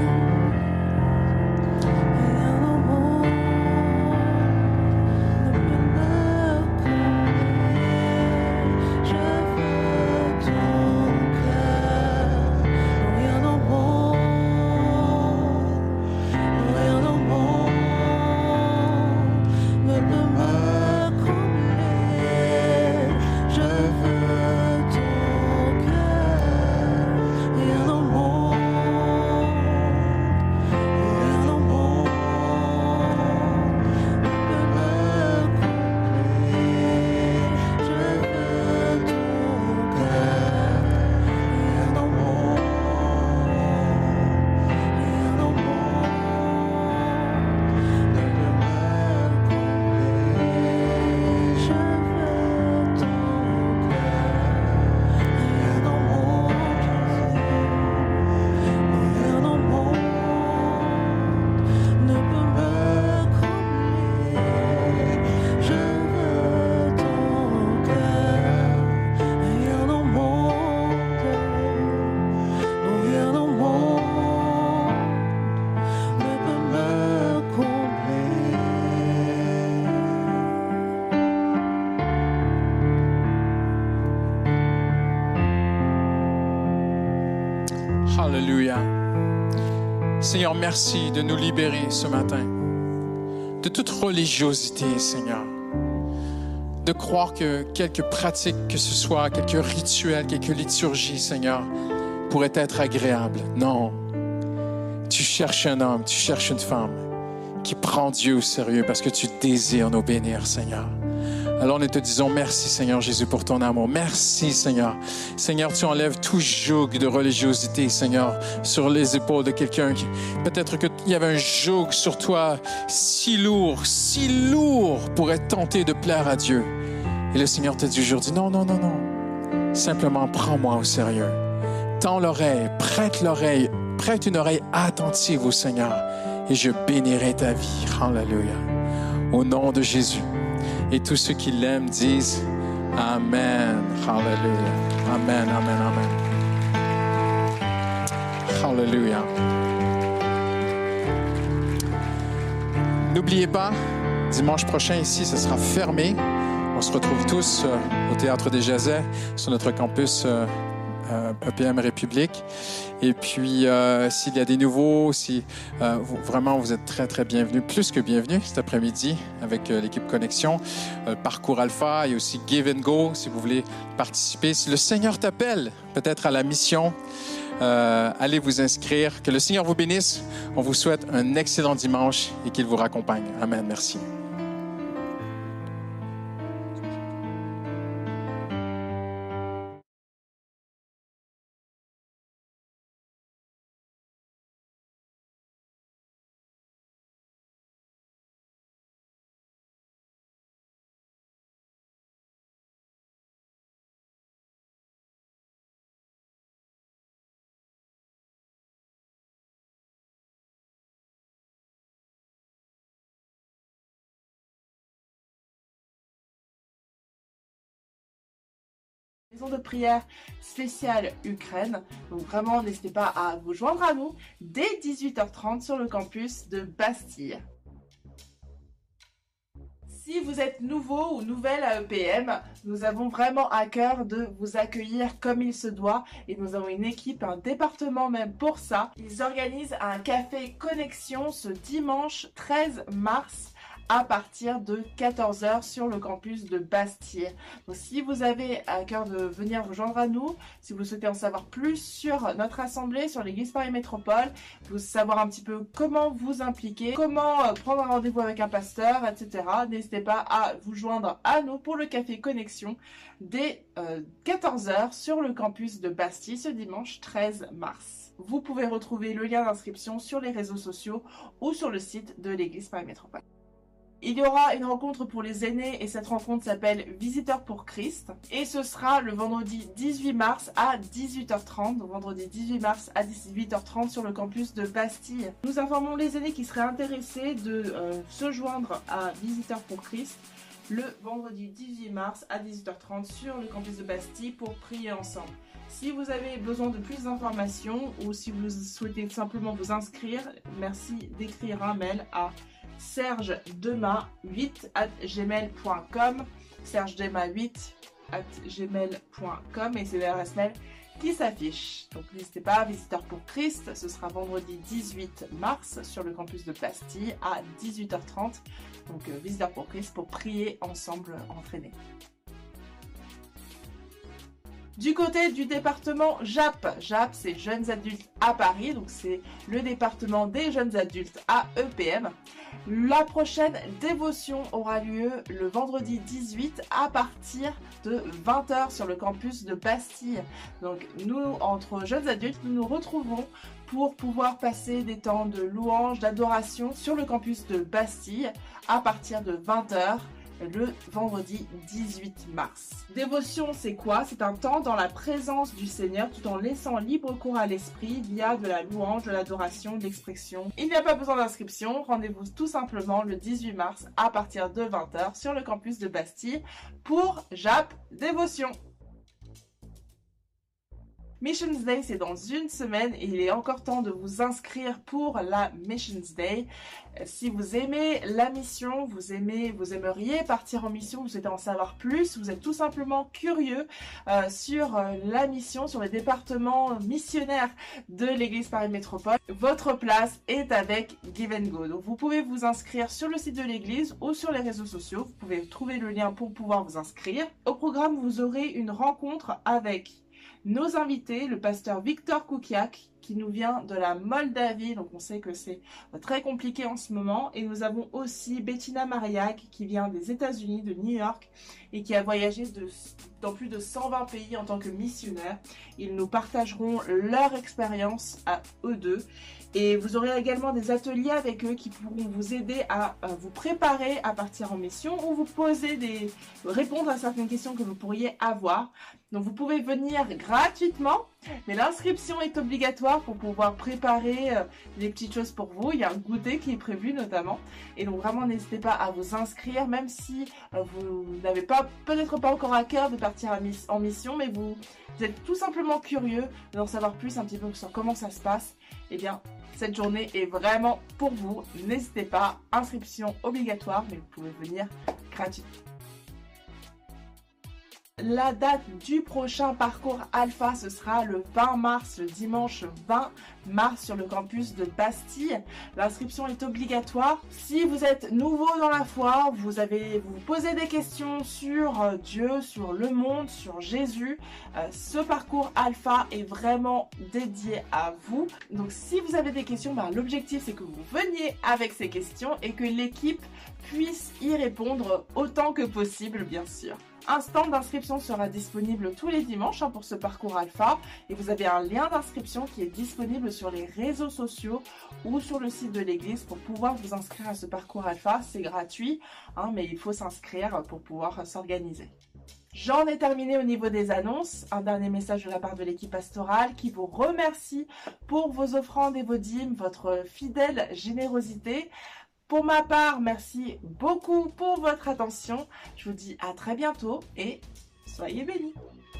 Alléluia. Seigneur, merci de nous libérer ce matin de toute religiosité, Seigneur. De croire que quelques pratiques, que ce soit quelques rituels, quelques liturgies, Seigneur, pourraient être agréables. Non. Tu cherches un homme, tu cherches une femme qui prend Dieu au sérieux parce que tu désires nous bénir, Seigneur. Alors nous te disons merci, Seigneur Jésus, pour ton amour. Merci, Seigneur. Seigneur, tu enlèves tout joug de religiosité, Seigneur, sur les épaules de quelqu'un qui... Peut-être qu'il y avait un joug sur toi si lourd pour être tenté de plaire à Dieu. Et le Seigneur te dit aujourd'hui, non. Simplement, prends-moi au sérieux. Tends l'oreille, prête une oreille attentive au Seigneur et je bénirai ta vie. Alléluia. Au nom de Jésus. Et tous ceux qui l'aiment disent Amen. Alléluia. Amen, amen, amen. Alléluia. N'oubliez pas, dimanche prochain ici, ce sera fermé. On se retrouve tous au Théâtre des Jazets sur notre campus EPM République. Et puis, s'il y a des nouveaux, si vraiment vous êtes très, très bienvenus, plus que bienvenus cet après-midi avec l'équipe Connexion, Parcours Alpha et aussi Give and Go, si vous voulez participer. Si le Seigneur t'appelle peut-être à la mission, allez vous inscrire. Que le Seigneur vous bénisse. On vous souhaite un excellent dimanche et qu'il vous raccompagne. Amen. Merci. Maison de prière spéciale Ukraine. Donc vraiment, n'hésitez pas à vous joindre à nous dès 18h30 sur le campus de Bastille. Si vous êtes nouveau ou nouvelle à EPM, nous avons vraiment à cœur de vous accueillir comme il se doit et nous avons une équipe, un département même pour ça. Ils organisent un café Connexion ce dimanche 13 mars à partir de 14 h sur le campus de Bastille. Donc si vous avez à cœur de venir vous joindre à nous, si vous souhaitez en savoir plus sur notre assemblée, sur l'église Paris Métropole, vous savoir un petit peu comment vous impliquer, comment prendre un rendez-vous avec un pasteur, etc. N'hésitez pas à vous joindre à nous pour le café connexion dès 14 h sur le campus de Bastille ce dimanche 13 mars. Vous pouvez retrouver le lien d'inscription sur les réseaux sociaux ou sur le site de l'église Paris Métropole. Il y aura une rencontre pour les aînés et cette rencontre s'appelle Visiteurs pour Christ et ce sera le vendredi 18 mars à 18h30, donc vendredi 18 mars à 18h30 sur le campus de Bastille. Nous informons les aînés qui seraient intéressés de se joindre à Visiteurs pour Christ le vendredi 18 mars à 18h30 sur le campus de Bastille pour prier ensemble. Si vous avez besoin de plus d'informations ou si vous souhaitez simplement vous inscrire, merci d'écrire un mail à sergedema8@gmail.com sergedema8@gmail.com et c'est l'adresse mail qui s'affiche. Donc n'hésitez pas, Visiteurs pour Christ, ce sera vendredi 18 mars sur le campus de Bastille à 18h30. Donc Visiteurs pour Christ pour prier ensemble, entraîner. Du côté du département JAP, JAP c'est Jeunes Adultes à Paris, donc c'est le département des jeunes adultes à EPM. La prochaine dévotion aura lieu le vendredi 18 à partir de 20 h sur le campus de Bastille. Donc nous, entre jeunes adultes, nous nous retrouvons pour pouvoir passer des temps de louange, d'adoration sur le campus de Bastille à partir de 20 h le vendredi 18 mars. Dévotion, c'est quoi? C'est un temps dans la présence du Seigneur tout en laissant libre cours à l'esprit via de la louange, de l'adoration, de l'expression. Il n'y a pas besoin d'inscription, rendez-vous tout simplement le 18 mars à partir de 20 h sur le campus de Bastille pour JAP Dévotion. Missions Day, c'est dans une semaine et il est encore temps de vous inscrire pour la Missions Day. Si vous aimez la mission, vous aimeriez partir en mission, vous souhaitez en savoir plus, vous êtes tout simplement curieux sur la mission, sur les départements missionnaires de l'église Paris Métropole, votre place est avec Give and Go. Donc vous pouvez vous inscrire sur le site de l'église ou sur les réseaux sociaux, vous pouvez trouver le lien pour pouvoir vous inscrire. Au programme, vous aurez une rencontre avec nos invités, le pasteur Victor Koukiak, qui nous vient de la Moldavie, donc on sait que c'est très compliqué en ce moment. Et nous avons aussi Bettina Mariak, qui vient des États-Unis, de New York, et qui a voyagé dans plus de 120 pays en tant que missionnaire. Ils nous partageront leur expérience à eux deux. Et vous aurez également des ateliers avec eux qui pourront vous aider à vous préparer à partir en mission ou vous répondre à certaines questions que vous pourriez avoir. Donc vous pouvez venir gratuitement, mais l'inscription est obligatoire pour pouvoir préparer des petites choses pour vous. Il y a un goûter qui est prévu notamment. Et donc vraiment n'hésitez pas à vous inscrire, même si vous n'avez peut-être pas encore à cœur de partir en mission, mais vous êtes tout simplement curieux d'en savoir plus un petit peu sur comment ça se passe. Eh bien, cette journée est vraiment pour vous. N'hésitez pas, inscription obligatoire, mais vous pouvez venir gratuitement. La date du prochain parcours alpha, ce sera le 20 mars, le dimanche 20 mars sur le campus de Bastille. L'inscription est obligatoire. Si vous êtes nouveau dans la foi, vous posez des questions sur Dieu, sur le monde, sur Jésus, ce parcours alpha est vraiment dédié à vous. Donc si vous avez des questions, l'objectif c'est que vous veniez avec ces questions et que l'équipe puisse y répondre autant que possible, bien sûr. Un stand d'inscription sera disponible tous les dimanches pour ce parcours alpha et vous avez un lien d'inscription qui est disponible sur les réseaux sociaux ou sur le site de l'église pour pouvoir vous inscrire à ce parcours alpha. C'est gratuit, mais il faut s'inscrire pour pouvoir s'organiser. J'en ai terminé au niveau des annonces. Un dernier message de la part de l'équipe pastorale qui vous remercie pour vos offrandes et vos dîmes, votre fidèle générosité. Pour ma part, merci beaucoup pour votre attention. Je vous dis à très bientôt et soyez bénis.